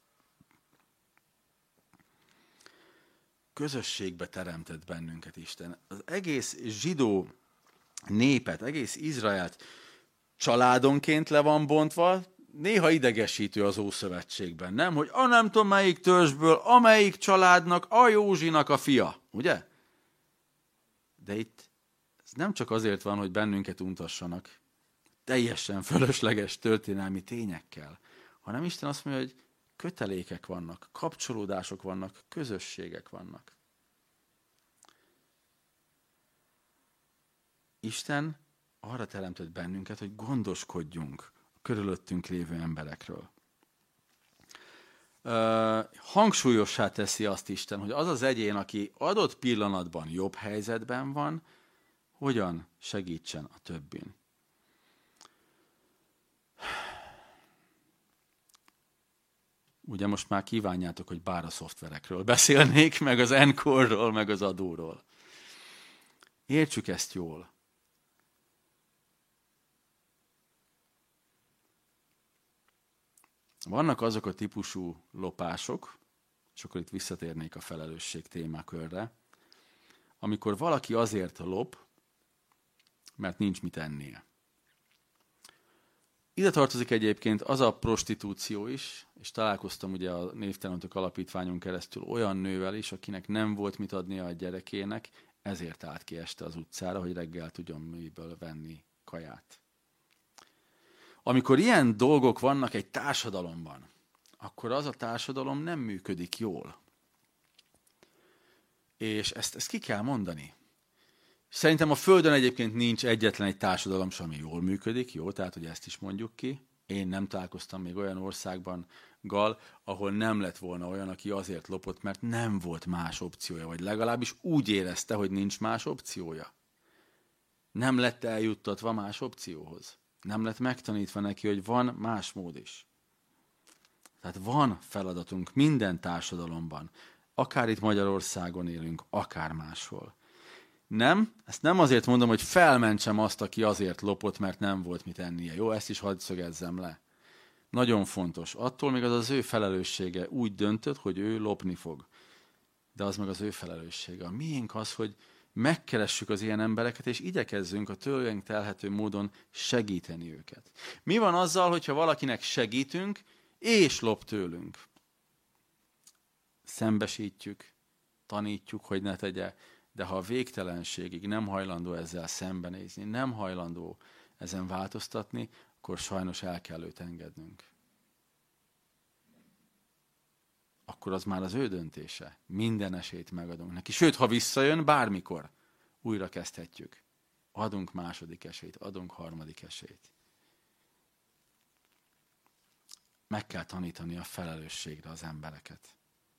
Közösségbe teremtett bennünket Isten. Az egész zsidó népet, egész Izraelt családonként le van bontva. Néha idegesítő az Ószövetségben, nem? Hogy a nem tudom melyik törzsből, amelyik családnak, a Józsinak a fia, ugye? De itt ez nem csak azért van, hogy bennünket untassanak, teljesen fölösleges történelmi tényekkel, hanem Isten azt mondja, hogy kötelékek vannak, kapcsolódások vannak, közösségek vannak. Isten arra teremtett bennünket, hogy gondoskodjunk körülöttünk lévő emberekről. Uh, hangsúlyossá teszi azt Isten, hogy az az egyén, aki adott pillanatban jobb helyzetben van, hogyan segítsen a többin. Ugye most már kívánjátok, hogy bár a szoftverekről beszélnék, meg az Encore-ról, meg az adóról. Értsük ezt jól. Vannak azok a típusú lopások, és akkor itt visszatérnék a felelősség témakörre, amikor valaki azért lop, mert nincs mit ennie. Ide tartozik egyébként az a prostitúció is, és találkoztam ugye a Névtelenetek Alapítványon keresztül olyan nővel is, akinek nem volt mit adnia a gyerekének, ezért állt ki este az utcára, hogy reggel tudjon miből venni kaját. Amikor ilyen dolgok vannak egy társadalomban, akkor az a társadalom nem működik jól. És ezt, ezt ki kell mondani. Szerintem a Földön egyébként nincs egyetlen egy társadalom, ami jól működik, jó, tehát hogy ezt is mondjuk ki. Én nem találkoztam még olyan országban, gal, ahol nem lett volna olyan, aki azért lopott, mert nem volt más opciója, vagy legalábbis úgy érezte, hogy nincs más opciója. Nem lett eljuttatva más opcióhoz. Nem lett megtanítva neki, hogy van más mód is. Tehát van feladatunk minden társadalomban, akár itt Magyarországon élünk, akár máshol. Nem, ezt nem azért mondom, hogy felmentsem azt, aki azért lopott, mert nem volt mit ennie. Jó, ezt is hadd szögezzem le. Nagyon fontos. Attól még az az ő felelőssége. Úgy döntött, hogy ő lopni fog. De az meg az ő felelőssége. A miénk az, hogy megkeressük az ilyen embereket, és igyekezzünk a tőlünk telhető módon segíteni őket. Mi van azzal, hogyha valakinek segítünk, és lop tőlünk? Szembesítjük, tanítjuk, hogy ne tegye, de ha a végtelenségig nem hajlandó ezzel szembenézni, nem hajlandó ezen változtatni, akkor sajnos el kell őt engednünk. Akkor az már az ő döntése. Minden esélyt megadunk neki. Sőt, ha visszajön, bármikor újra kezdhetjük. Adunk második esélyt, adunk harmadik esélyt. Meg kell tanítani a felelősségre az embereket.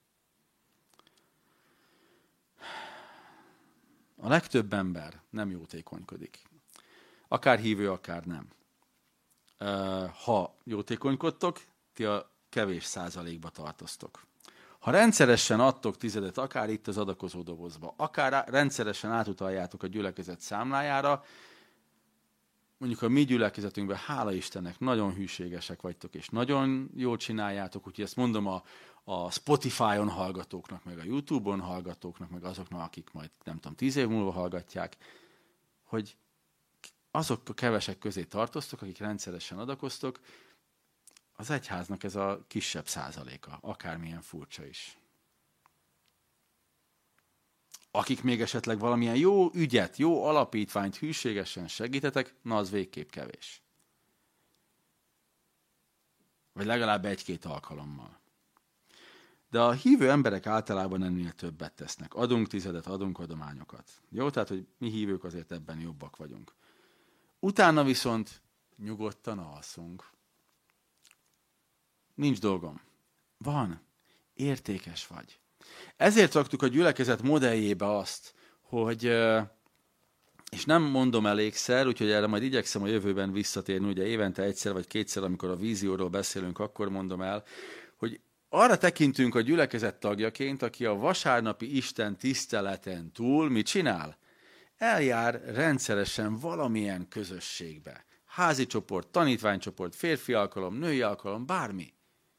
A legtöbb ember nem jótékonykodik. Akár hívő, akár nem. Ha jótékonykodtok, ti a kevés százalékba tartoztok. Ha rendszeresen adtok tizedet, akár itt az adakozó dobozba, akár rendszeresen átutaljátok a gyülekezet számlájára, mondjuk a mi gyülekezetünkben, hála Istennek, nagyon hűségesek vagytok, és nagyon jól csináljátok, úgyhogy ezt mondom a, a Spotify-on hallgatóknak, meg a YouTube-on hallgatóknak, meg azoknak, akik majd, nem tudom, tíz év múlva hallgatják, hogy azok a kevesek közé tartoztok, akik rendszeresen adakoztok, az egyháznak ez a kisebb százaléka, akármilyen furcsa is. Akik még esetleg valamilyen jó ügyet, jó alapítványt hűségesen segítetek, na az végképp kevés. Vagy legalább egy-két alkalommal. De a hívő emberek általában ennél többet tesznek. Adunk tizedet, adunk adományokat. Jó, tehát, hogy mi hívők azért ebben jobbak vagyunk. Utána viszont nyugodtan alszunk. Nincs dolgom. Van. Értékes vagy. Ezért raktuk a gyülekezet modelljébe azt, hogy, és nem mondom elégszer, úgyhogy erre majd igyekszem a jövőben visszatérni, ugye évente egyszer vagy kétszer, amikor a vízióról beszélünk, akkor mondom el, hogy arra tekintünk a gyülekezet tagjaként, aki a vasárnapi Isten tiszteleten túl mit csinál? Eljár rendszeresen valamilyen közösségbe. Házi csoport, tanítványcsoport, férfi alkalom, női alkalom, bármi.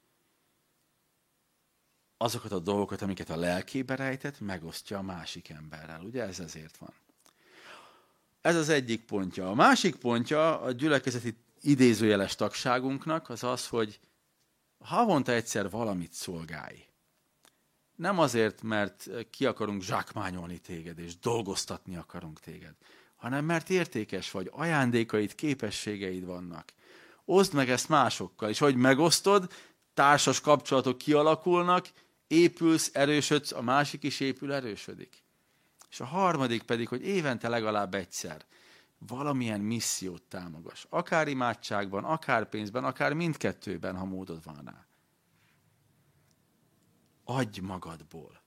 Azokat a dolgokat, amiket a lelkébe rejtett, megosztja a másik emberrel. Ugye ez ezért van. Ez az egyik pontja. A másik pontja a gyülekezeti idézőjeles tagságunknak az az, hogy havonta egyszer valamit szolgálj. Nem azért, mert ki akarunk zsákmányolni téged, és dolgoztatni akarunk téged, hanem mert értékes vagy, ajándékaid, képességeid vannak. Oszd meg ezt másokkal, és hogy megosztod, társas kapcsolatok kialakulnak, épülsz, erősödsz, a másik is épül, erősödik. És a harmadik pedig, hogy évente legalább egyszer valamilyen missziót támogass. Akár imádságban, akár pénzben, akár mindkettőben, ha módod van rá. Adj magadból.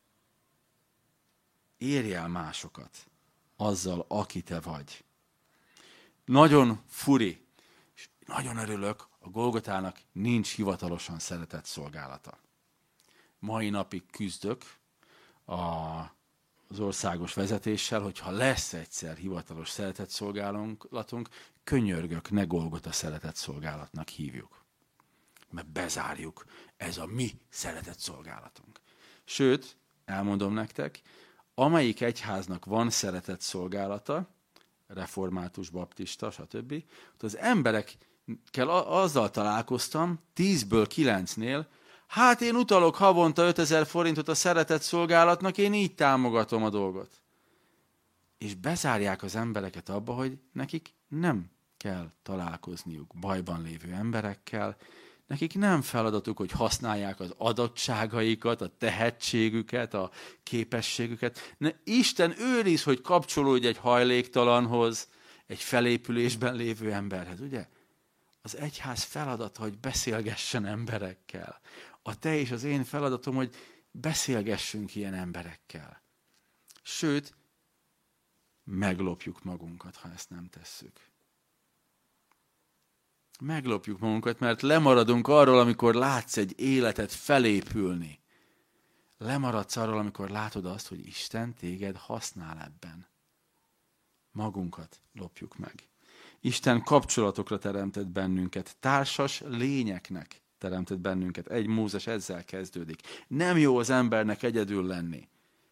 Érj el másokat azzal, aki te vagy. Nagyon furi, és nagyon örülök, a Golgotának nincs hivatalosan szeretett szolgálata. Mai napig küzdök a, az országos vezetéssel, hogyha lesz egyszer hivatalos szeretett szolgálatunk, könyörgök, ne Golgota szeretett szolgálatnak hívjuk. Mert bezárjuk, ez a mi szeretett szolgálatunk. Sőt, elmondom nektek, amelyik egyháznak van szeretett szolgálata, református, baptista, stb., az emberekkel azzal találkoztam, tízből kilencnél, hát én utalok havonta ötezer forintot a szeretett szolgálatnak, én így támogatom a dolgot. És bezárják az embereket abba, hogy nekik nem kell találkozniuk bajban lévő emberekkel, nekik nem feladatuk, hogy használják az adottságaikat, a tehetségüket, a képességüket. Ne, Isten őriz, hogy kapcsolódj egy hajléktalanhoz, egy felépülésben lévő emberhez, ugye? Az egyház feladata, hogy beszélgessen emberekkel. A te és az én feladatom, hogy beszélgessünk ilyen emberekkel. Sőt, meglopjuk magunkat, ha ezt nem tesszük. Meglopjuk magunkat, mert lemaradunk arról, amikor látsz egy életet felépülni. Lemaradsz arról, amikor látod azt, hogy Isten téged használ ebben. Magunkat lopjuk meg. Isten kapcsolatokra teremtett bennünket, társas lényeknek teremtett bennünket. Egy Mózes ezzel kezdődik. Nem jó az embernek egyedül lenni.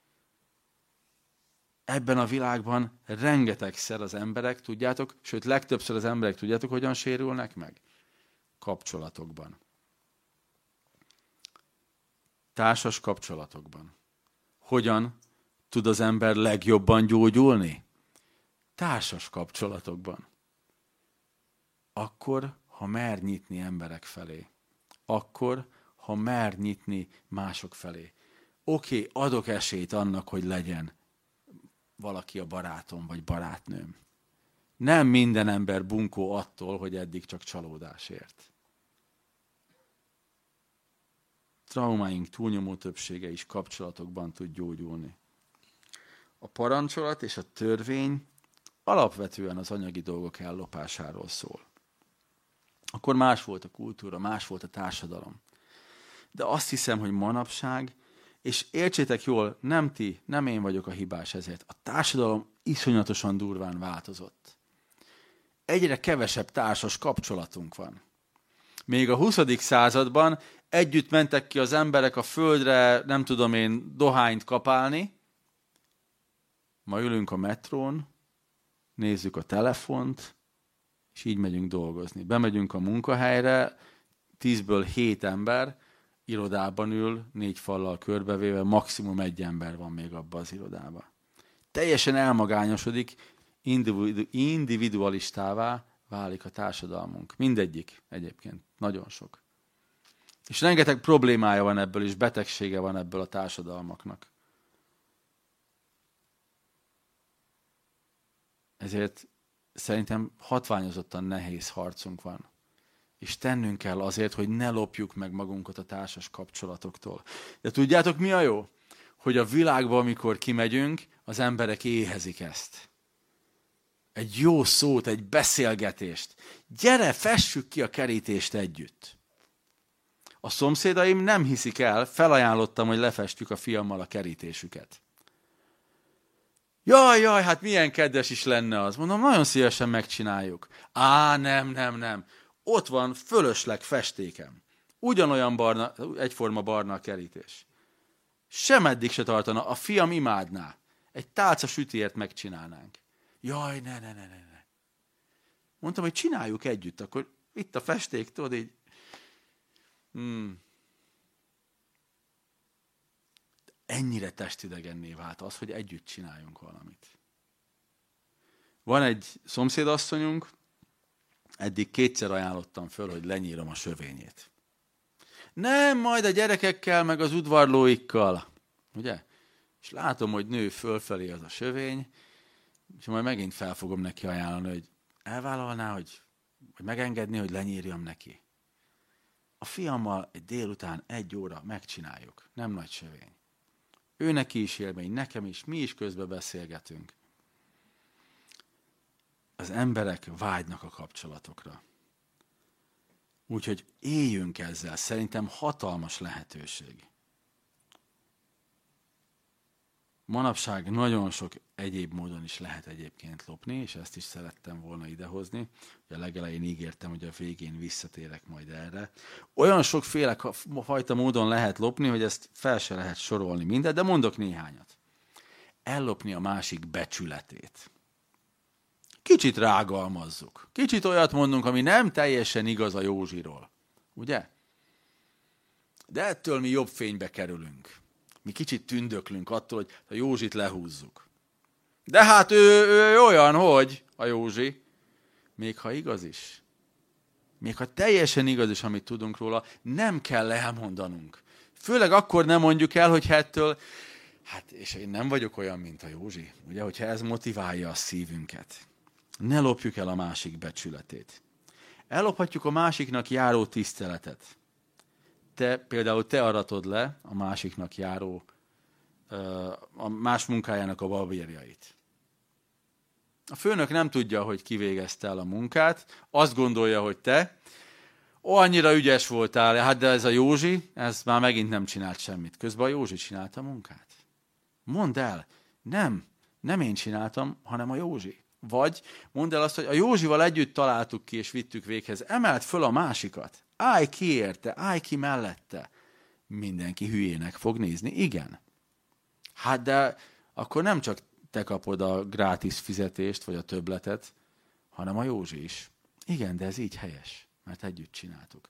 Ebben a világban rengetegszer az emberek, tudjátok, sőt legtöbbször az emberek, tudjátok, hogyan sérülnek meg? Kapcsolatokban. Társas kapcsolatokban. Hogyan tud az ember legjobban gyógyulni? Társas kapcsolatokban. Akkor, ha mer nyitni emberek felé. Akkor, ha mer nyitni mások felé. Oké, okay, adok esélyt annak, hogy legyen valaki a barátom vagy barátnőm. Nem minden ember bunkó attól, hogy eddig csak csalódásért. Traumáink túlnyomó többsége is kapcsolatokban tud gyógyulni. A parancsolat és a törvény alapvetően az anyagi dolgok ellopásáról szól. Akkor más volt a kultúra, más volt a társadalom. De azt hiszem, hogy manapság, és értsétek jól, nem ti, nem én vagyok a hibás ezért. A társadalom iszonyatosan durván változott. Egyre kevesebb társas kapcsolatunk van. Még a huszadik században együtt mentek ki az emberek a földre, nem tudom én, dohányt kapálni. Ma ülünk a metrón, nézzük a telefont, és így megyünk dolgozni. Bemegyünk a munkahelyre, tízből hét ember irodában ül, négy fallal körbevéve, maximum egy ember van még abban az irodában. Teljesen elmagányosodik, individu- individualistává válik a társadalmunk. Mindegyik egyébként, nagyon sok. És rengeteg problémája van ebből, és betegsége van ebből a társadalmaknak. Ezért szerintem hatványozottan nehéz harcunk van. És tennünk kell azért, hogy ne lopjuk meg magunkat a társas kapcsolatoktól. De tudjátok, mi a jó? Hogy a világban, amikor kimegyünk, az emberek éhezik ezt. Egy jó szót, egy beszélgetést. Gyere, fessük ki a kerítést együtt. A szomszédaim nem hiszik el, felajánlottam, hogy lefestjük a fiammal a kerítésüket. Jaj, jaj, hát milyen kedves is lenne az. Mondom, nagyon szívesen megcsináljuk. Á, nem, nem, nem. Ott van fölösleg festékem. Ugyanolyan barna, egyforma barna a kerítés. Semeddig se tartana, a fiam imádná. Egy tálca sütiért megcsinálnánk. Jaj, ne, ne, ne, ne, ne. Mondtam, hogy csináljuk együtt, akkor itt a festék, tudod, így. Hmm. Ennyire testidegenné vált az, hogy együtt csináljunk valamit. Van egy szomszédasszonyunk, eddig kétszer ajánlottam föl, hogy lenyírom a sövényét. Nem, majd a gyerekekkel, meg az udvarlóikkal. Ugye? És látom, hogy nő fölfelé az a sövény, és majd megint fel fogom neki ajánlani, hogy elvállalná, hogy, hogy megengedni, hogy lenyírjam neki. A fiammal egy délután egy óra megcsináljuk. Nem nagy sövény. Ő neki is élmény, nekem is, mi is közben beszélgetünk. Az emberek vágynak a kapcsolatokra. Úgyhogy éljünk ezzel. Szerintem hatalmas lehetőség. Manapság nagyon sok egyéb módon is lehet egyébként lopni, és ezt is szerettem volna idehozni. Ugye a legelején ígértem, hogy a végén visszatérek majd erre. Olyan sokféle fajta módon lehet lopni, hogy ezt fel se lehet sorolni mindet, de mondok néhányat. Ellopni a másik becsületét. Kicsit rágalmazzuk. Kicsit olyat mondunk, ami nem teljesen igaz a Józsiról. Ugye? De ettől mi jobb fénybe kerülünk. Mi kicsit tündöklünk attól, hogy a Józsit lehúzzuk. De hát ő, ő olyan, hogy a Józsi. Még ha igaz is. Még ha teljesen igaz is, amit tudunk róla, nem kell elmondanunk. Főleg akkor nem mondjuk el, hogy ettől, hát és én nem vagyok olyan, mint a Józsi. Ugye, hogyha ez motiválja a szívünket. Ne lopjuk el a másik becsületét. Ellophatjuk a másiknak járó tiszteletet. Te, például te aratod le a másiknak járó, a más munkájának a babérjait. A főnök nem tudja, hogy kivégezte el a munkát, azt gondolja, hogy te, ó, annyira ügyes voltál, hát de ez a Józsi, ez már megint nem csinált semmit. Közben a Józsi csinálta a munkát. Mondd el, nem, nem én csináltam, hanem a Józsi. Vagy mondd el azt, hogy a Józsival együtt találtuk ki, és vittük véghez. Emeld föl a másikat. Állj ki érte, állj ki mellette. Mindenki hülyének fog nézni. Igen. Hát de akkor nem csak te kapod a grátis fizetést, vagy a többletet, hanem a Józsi is. Igen, de ez így helyes, mert együtt csináltuk.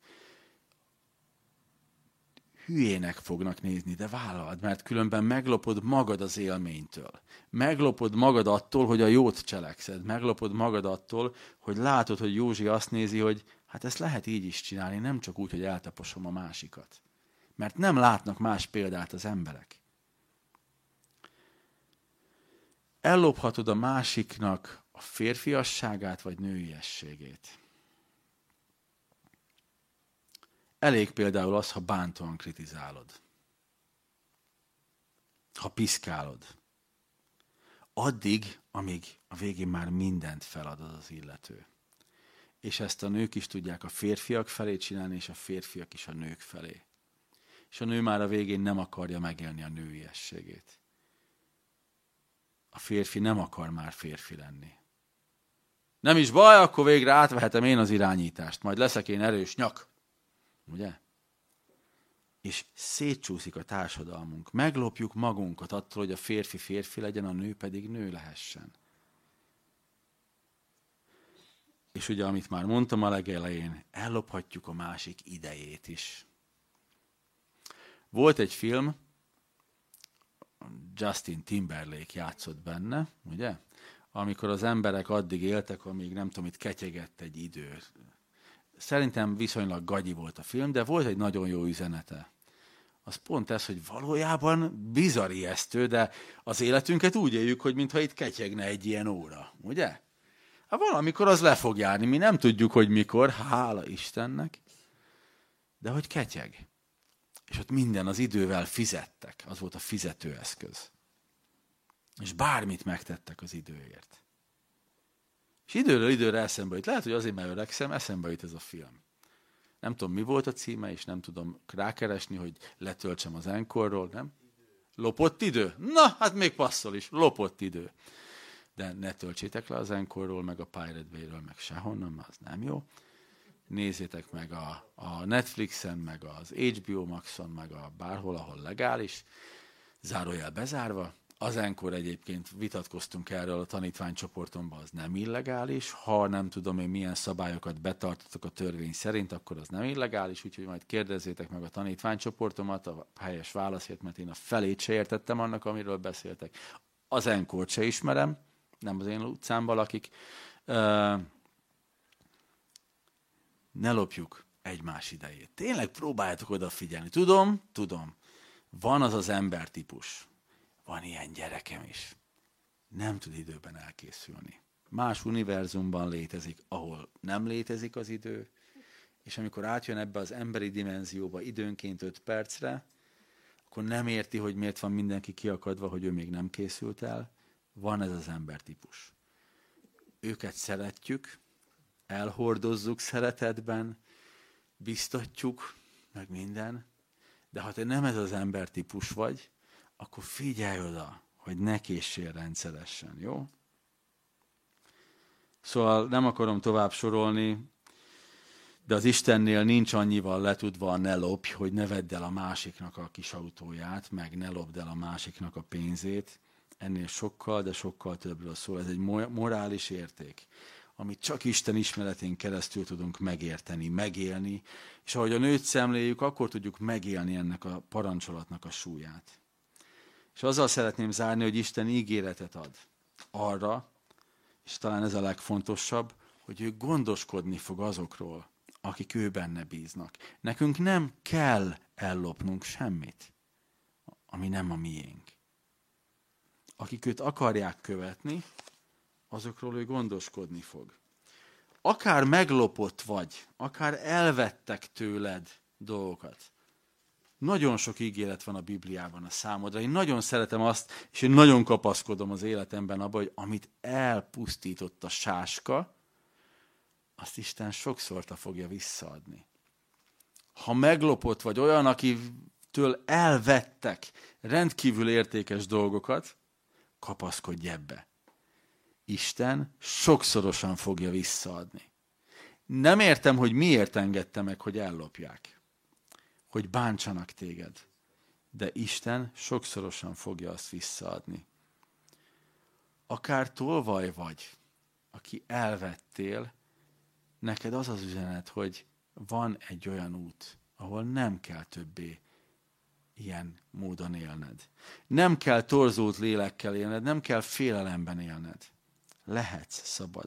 Hülyének fognak nézni, de vállald, mert különben meglopod magad az élménytől. Meglopod magad attól, hogy a jót cselekszed. Meglopod magad attól, hogy látod, hogy Józsi azt nézi, hogy hát ezt lehet így is csinálni, nem csak úgy, hogy eltaposom a másikat. Mert nem látnak más példát az emberek. Ellophatod a másiknak a férfiasságát vagy nőiességét. Elég például az, ha bántóan kritizálod. Ha piszkálod. Addig, amíg a végén már mindent feladod az illető. És ezt a nők is tudják a férfiak felé csinálni, és a férfiak is a nők felé. És a nő már a végén nem akarja megélni a nőiességét. A férfi nem akar már férfi lenni. Nem is baj, akkor végre átvehetem én az irányítást, majd leszek én erős nyak. Ugye? És szétcsúszik a társadalmunk. Meglopjuk magunkat attól, hogy a férfi férfi legyen, a nő pedig nő lehessen. És ugye, amit már mondtam a legelején, ellophatjuk a másik idejét is. Volt egy film, Justin Timberlake játszott benne, ugye? Amikor az emberek addig éltek, amíg nem tudom, itt ketyegett egy idő. Szerintem viszonylag gagyi volt a film, de volt egy nagyon jó üzenete. Az pont ez, hogy valójában bizarr ijesztő, de az életünket úgy éljük, hogy mintha itt ketyegne egy ilyen óra, ugye? Hát valamikor az le fog járni, mi nem tudjuk, hogy mikor, hála Istennek, de hogy ketyeg. És ott minden az idővel fizettek, az volt a fizetőeszköz. És bármit megtettek az időért. És időről időre eszembe jut. Lehet, hogy azért, mert öregszem, eszembe jut ez a film. Nem tudom, mi volt a címe, és nem tudom rákeresni, hogy letöltsem az Enkorról, nem? Lopott idő? Na, hát még passzol is. Lopott idő. De ne töltsétek le az Enkorról, meg a Pirate Bay-ről, meg sehonnan, mert az nem jó. Nézzétek meg a, a Netflixen, meg az há bé o Maxon, meg a bárhol, ahol legális. Zárójel bezárva. Az Enkor egyébként vitatkoztunk erről a tanítványcsoportomban, az nem illegális. Ha nem tudom én milyen szabályokat betartotok a törvény szerint, akkor az nem illegális, úgyhogy majd kérdezzétek meg a tanítványcsoportomat a helyes válaszért, mert én a felét se értettem annak, amiről beszéltek. Az Enkort se ismerem, nem az én utcámban lakik. Ne lopjuk egymás idejét. Tényleg próbáljátok odafigyelni. Tudom, tudom, van az az embertípus. Van ilyen gyerekem is. Nem tud időben elkészülni. Más univerzumban létezik, ahol nem létezik az idő, és amikor átjön ebbe az emberi dimenzióba időnként öt percre, akkor nem érti, hogy miért van mindenki kiakadva, hogy ő még nem készült el. Van ez az embertípus. Őket szeretjük, elhordozzuk szeretetben, biztatjuk, meg minden, de ha te nem ez az embertípus vagy, akkor figyelj oda, hogy ne késsél rendszeresen, jó? Szóval nem akarom tovább sorolni, de az Istennél nincs annyival letudva a ne lopj, hogy ne vedd el a másiknak a kis autóját, meg ne lopd el a másiknak a pénzét. Ennél sokkal, de sokkal többről szól. Ez egy morális érték, amit csak Isten ismeretén keresztül tudunk megérteni, megélni, és ahogy a nőt szemléljük, akkor tudjuk megélni ennek a parancsolatnak a súlyát. És azzal szeretném zárni, hogy Isten ígéretet ad arra, és talán ez a legfontosabb, hogy ő gondoskodni fog azokról, akik ő benne bíznak. Nekünk nem kell ellopnunk semmit, ami nem a miénk. Akik őt akarják követni, azokról ő gondoskodni fog. Akár meglopott vagy, akár elvettek tőled dolgokat. Nagyon sok ígéret van a Bibliában a számodra. Én nagyon szeretem azt, és én nagyon kapaszkodom az életemben abba, hogy amit elpusztított a sáska, azt Isten sokszorta fogja visszaadni. Ha meglopott vagy olyan, akitől elvettek rendkívül értékes dolgokat, kapaszkodj ebbe. Isten sokszorosan fogja visszaadni. Nem értem, hogy miért engedte meg, hogy ellopják, hogy bántsanak téged, de Isten sokszorosan fogja azt visszaadni. Akár tolvaj vagy, aki elvettél, neked az az üzenet, hogy van egy olyan út, ahol nem kell többé ilyen módon élned. Nem kell torzult lélekkel élned, nem kell félelemben élned. Lehetsz szabad.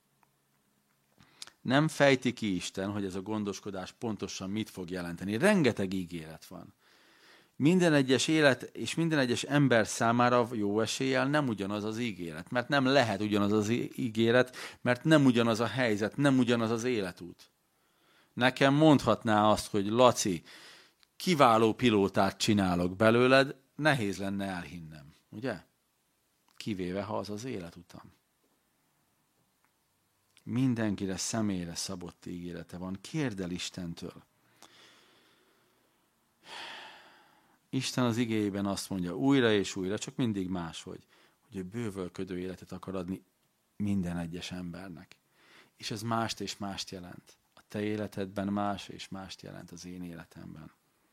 Nem fejti ki Isten, hogy ez a gondoskodás pontosan mit fog jelenteni. Rengeteg ígéret van. Minden egyes élet és minden egyes ember számára jó eséllyel nem ugyanaz az ígéret, mert nem lehet ugyanaz az ígéret, mert nem ugyanaz a helyzet, nem ugyanaz az életút. Nekem mondhatná azt, hogy Laci, kiváló pilótát csinálok belőled, nehéz lenne elhinnem, ugye? Kivéve, ha az az életutam. Mindenkire személyre szabott ígérete van. Kérd el Istentől. Isten az igéjében azt mondja újra és újra, csak mindig máshogy, hogy ő bővölködő életet akar adni minden egyes embernek. És ez mást és mást jelent. A te életedben más és mást jelent az én életemben.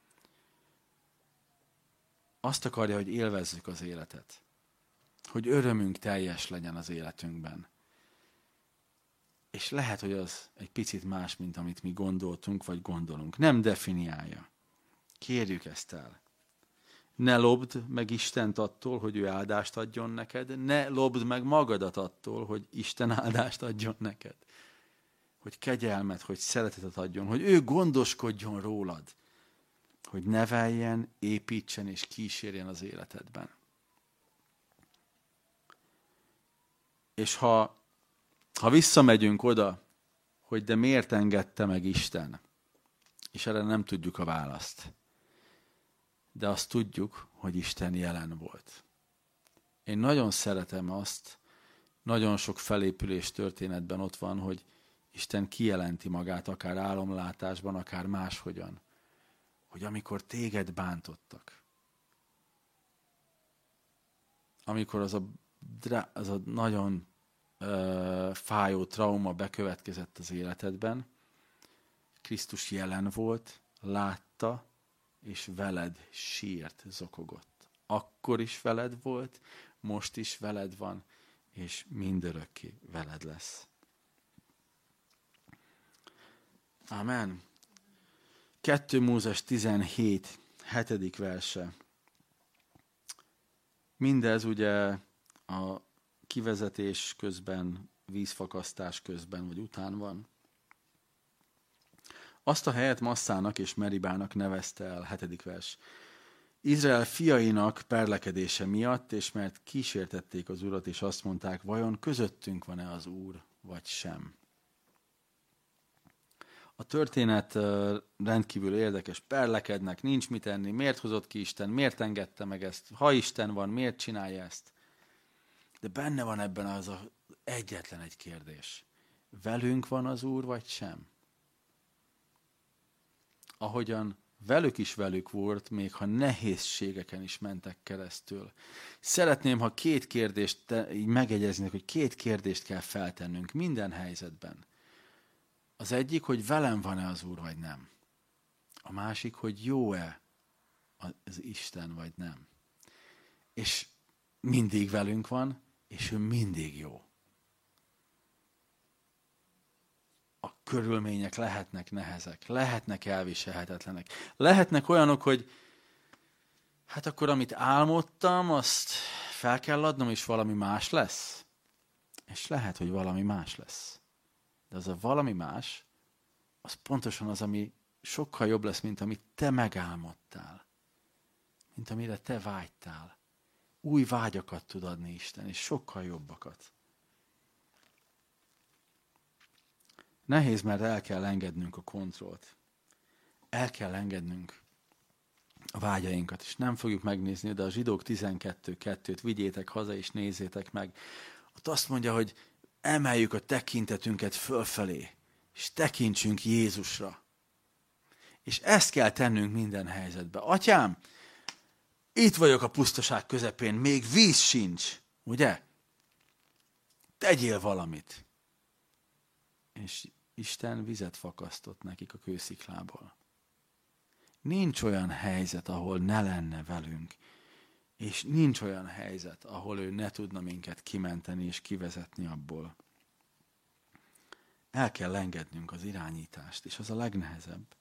Azt akarja, hogy élvezzük az életet. Hogy örömünk teljes legyen az életünkben. És lehet, hogy az egy picit más, mint amit mi gondoltunk, vagy gondolunk. Nem definiálja. Kérjük ezt el. Ne lopd meg Istent attól, hogy ő áldást adjon neked. Ne lopd meg magadat attól, hogy Isten áldást adjon neked. Hogy kegyelmet, hogy szeretetet adjon, hogy ő gondoskodjon rólad. Hogy neveljen, építsen és kísérjen az életedben. És ha, ha visszamegyünk oda, hogy de miért engedte meg Isten, és erre nem tudjuk a választ. De azt tudjuk, hogy Isten jelen volt. Én nagyon szeretem azt, nagyon sok felépülés történetben ott van, hogy Isten kijelenti magát, akár álomlátásban, akár máshogyan, hogy amikor téged bántottak, amikor az a, az a nagyon ö, fájó trauma bekövetkezett az életedben, Krisztus jelen volt, látta, és veled sírt, zokogott. Akkor is veled volt, most is veled van, és mindörökké veled lesz. Amen. kettő Mózes tizenhét, hetedik verse. Mindez ugye a kivezetés közben, vízfakasztás közben, vagy után van. Azt a helyet Masszának és Meribának nevezte el, hetedik vers. Izrael fiainak perlekedése miatt, és mert kísértették az Urat, és azt mondták, vajon közöttünk van-e az Úr, vagy sem. A történet rendkívül érdekes, perlekednek, nincs mit enni, miért hozott ki Isten, miért engedte meg ezt, ha Isten van, miért csinálja ezt. De benne van ebben az a egyetlen egy kérdés. Velünk van az Úr, vagy sem? Ahogyan velük is velük volt, még ha nehézségeken is mentek keresztül. Szeretném, ha két kérdést te, így megegyeznék, hogy két kérdést kell feltennünk minden helyzetben. Az egyik, hogy velem van-e az Úr, vagy nem. A másik, hogy jó-e az Isten, vagy nem. És mindig velünk van, és ő mindig jó. A körülmények lehetnek nehezek, lehetnek elviselhetetlenek. Lehetnek olyanok, hogy hát akkor amit álmodtam, azt fel kell adnom, és valami más lesz. És lehet, hogy valami más lesz. De az a valami más, az pontosan az, ami sokkal jobb lesz, mint amit te megálmodtál. Mint amire te vágytál. Új vágyakat tud adni Isten, és sokkal jobbakat. Nehéz, mert el kell engednünk a kontrollt. El kell engednünk a vágyainkat, és nem fogjuk megnézni, de a Zsidók tizenkettő kettőt vigyétek haza, és nézzétek meg. Ott azt mondja, hogy emeljük a tekintetünket fölfelé, és tekintsünk Jézusra. És ezt kell tennünk minden helyzetben. Atyám, itt vagyok a pusztaság közepén, még víz sincs, ugye? tegyél valamit. És Isten vizet fakasztott nekik a kősziklából. Nincs olyan helyzet, ahol ne lenne velünk, és nincs olyan helyzet, ahol ő ne tudna minket kimenteni és kivezetni abból. El kell engednünk az irányítást, és az a legnehezebb.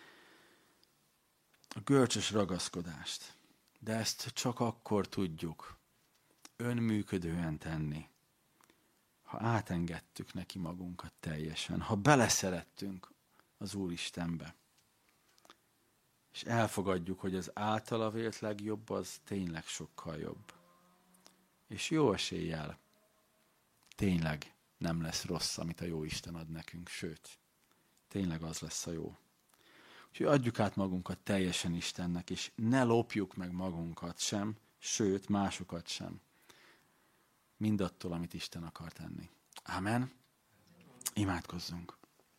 A görcsös ragaszkodást. De ezt csak akkor tudjuk önműködően tenni, ha átengedtük neki magunkat teljesen, ha beleszerettünk az Úristenbe, és elfogadjuk, hogy az általa vélt legjobb, az tényleg sokkal jobb. És jó eséllyel tényleg nem lesz rossz, amit a jó Isten ad nekünk, sőt, tényleg az lesz a jó. Úgyhogy adjuk át magunkat teljesen Istennek, és ne lopjuk meg magunkat sem, sőt, másokat sem. Mindattól, amit Isten akar tenni. Amen. Imádkozzunk.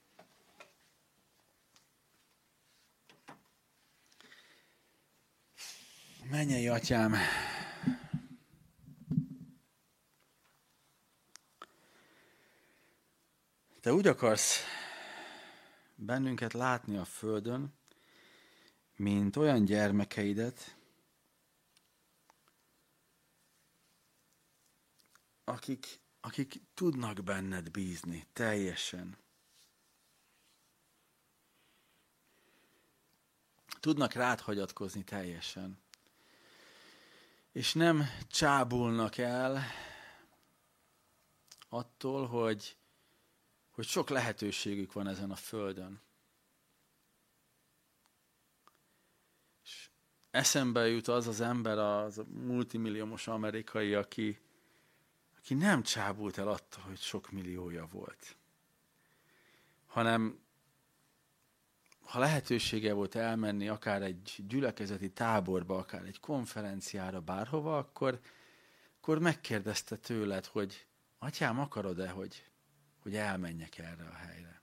Mennyei Atyám, Te úgy akarsz bennünket látni a földön, mint olyan gyermekeidet, akik, akik tudnak benned bízni teljesen. Tudnak rád hagyatkozni teljesen. És nem csábulnak el attól, hogy, hogy sok lehetőségük van ezen a földön. És eszembe jut az az ember, az a multimilliómos amerikai, aki, aki nem csábult el attól, hogy sok milliója volt. Hanem ha lehetősége volt elmenni akár egy gyülekezeti táborba, akár egy konferenciára, bárhova, akkor, akkor megkérdezte tőled, hogy Atyám, akarod-e, hogy, hogy elmenjek erre a helyre?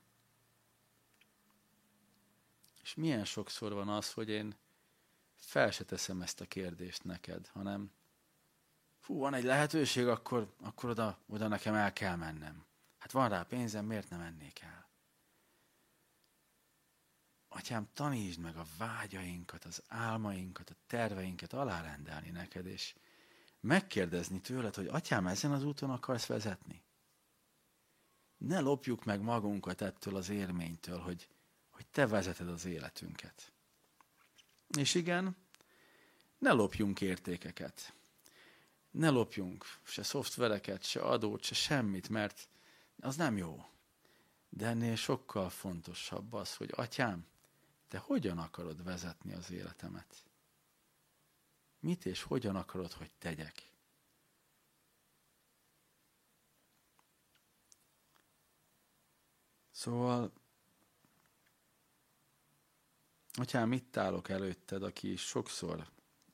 És milyen sokszor van az, hogy én fel se teszem ezt a kérdést neked, hanem fú, van egy lehetőség, akkor, akkor oda, oda nekem el kell mennem. Hát van rá pénzem, miért nem mennék el? Atyám, tanítsd meg a vágyainkat, az álmainkat, a terveinket alárendelni neked, és megkérdezni tőled, hogy Atyám, ezen az úton akarsz vezetni? Ne lopjuk meg magunkat ettől az érménytől, hogy, hogy te vezeted az életünket. És igen, ne lopjunk értékeket. Ne lopjunk se szoftvereket, se adót, se semmit, mert az nem jó. De ennél sokkal fontosabb az, hogy Atyám, te hogyan akarod vezetni az életemet? Mit és hogyan akarod, hogy tegyek? Szóval, Atyám, itt állok előtted, aki sokszor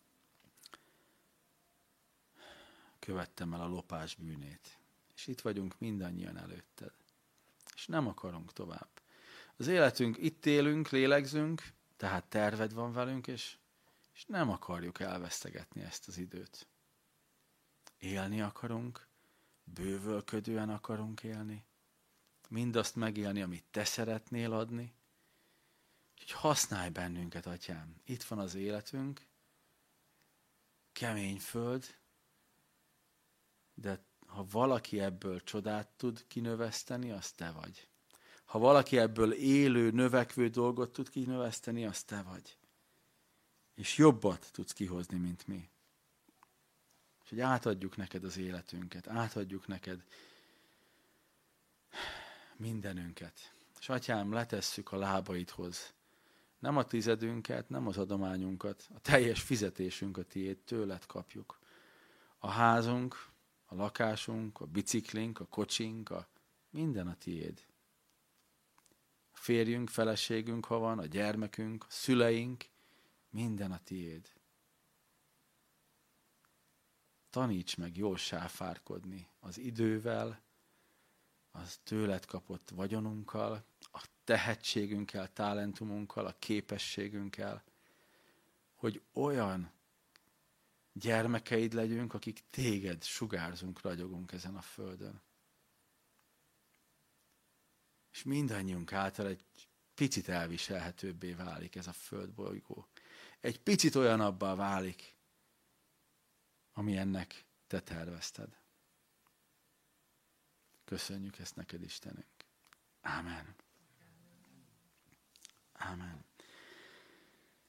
követtem el a lopás bűnét. És itt vagyunk mindannyian előtted. És nem akarunk tovább. Az életünk, itt élünk, lélegzünk, tehát terved van velünk, és, és nem akarjuk elvesztegetni ezt az időt. Élni akarunk, bővölködően akarunk élni, mindazt megélni, amit te szeretnél adni. Úgyhogy használj bennünket, Atyám. Itt van az életünk, kemény föld, de ha valaki ebből csodát tud kinöveszteni, az te vagy. Ha valaki ebből élő, növekvő dolgot tud kinöveszteni, az te vagy. És jobbat tudsz kihozni, mint mi. Úgyhogy átadjuk neked az életünket, átadjuk neked mindenünket. És Atyám, letesszük a lábaidhoz. Nem a tizedünket, nem az adományunkat, a teljes fizetésünk a tiéd, tőled kapjuk. A házunk, a lakásunk, a biciklink, a kocsink, a minden a tiéd. A férjünk, feleségünk, ha van, a gyermekünk, a szüleink, minden a tiéd. Taníts meg jól sáfárkodni az idővel, az tőled kapott vagyonunkkal, a tehetségünkkel, talentumunkkal, a képességünkkel, hogy olyan gyermekeid legyünk, akik téged sugárzunk, ragyogunk ezen a földön. És mindannyiunk által egy picit elviselhetőbbé válik ez a földbolygó. Egy picit olyanabbá válik, ami ennek te tervezted. Köszönjük ezt neked, Istenünk. Ámen. Ámen.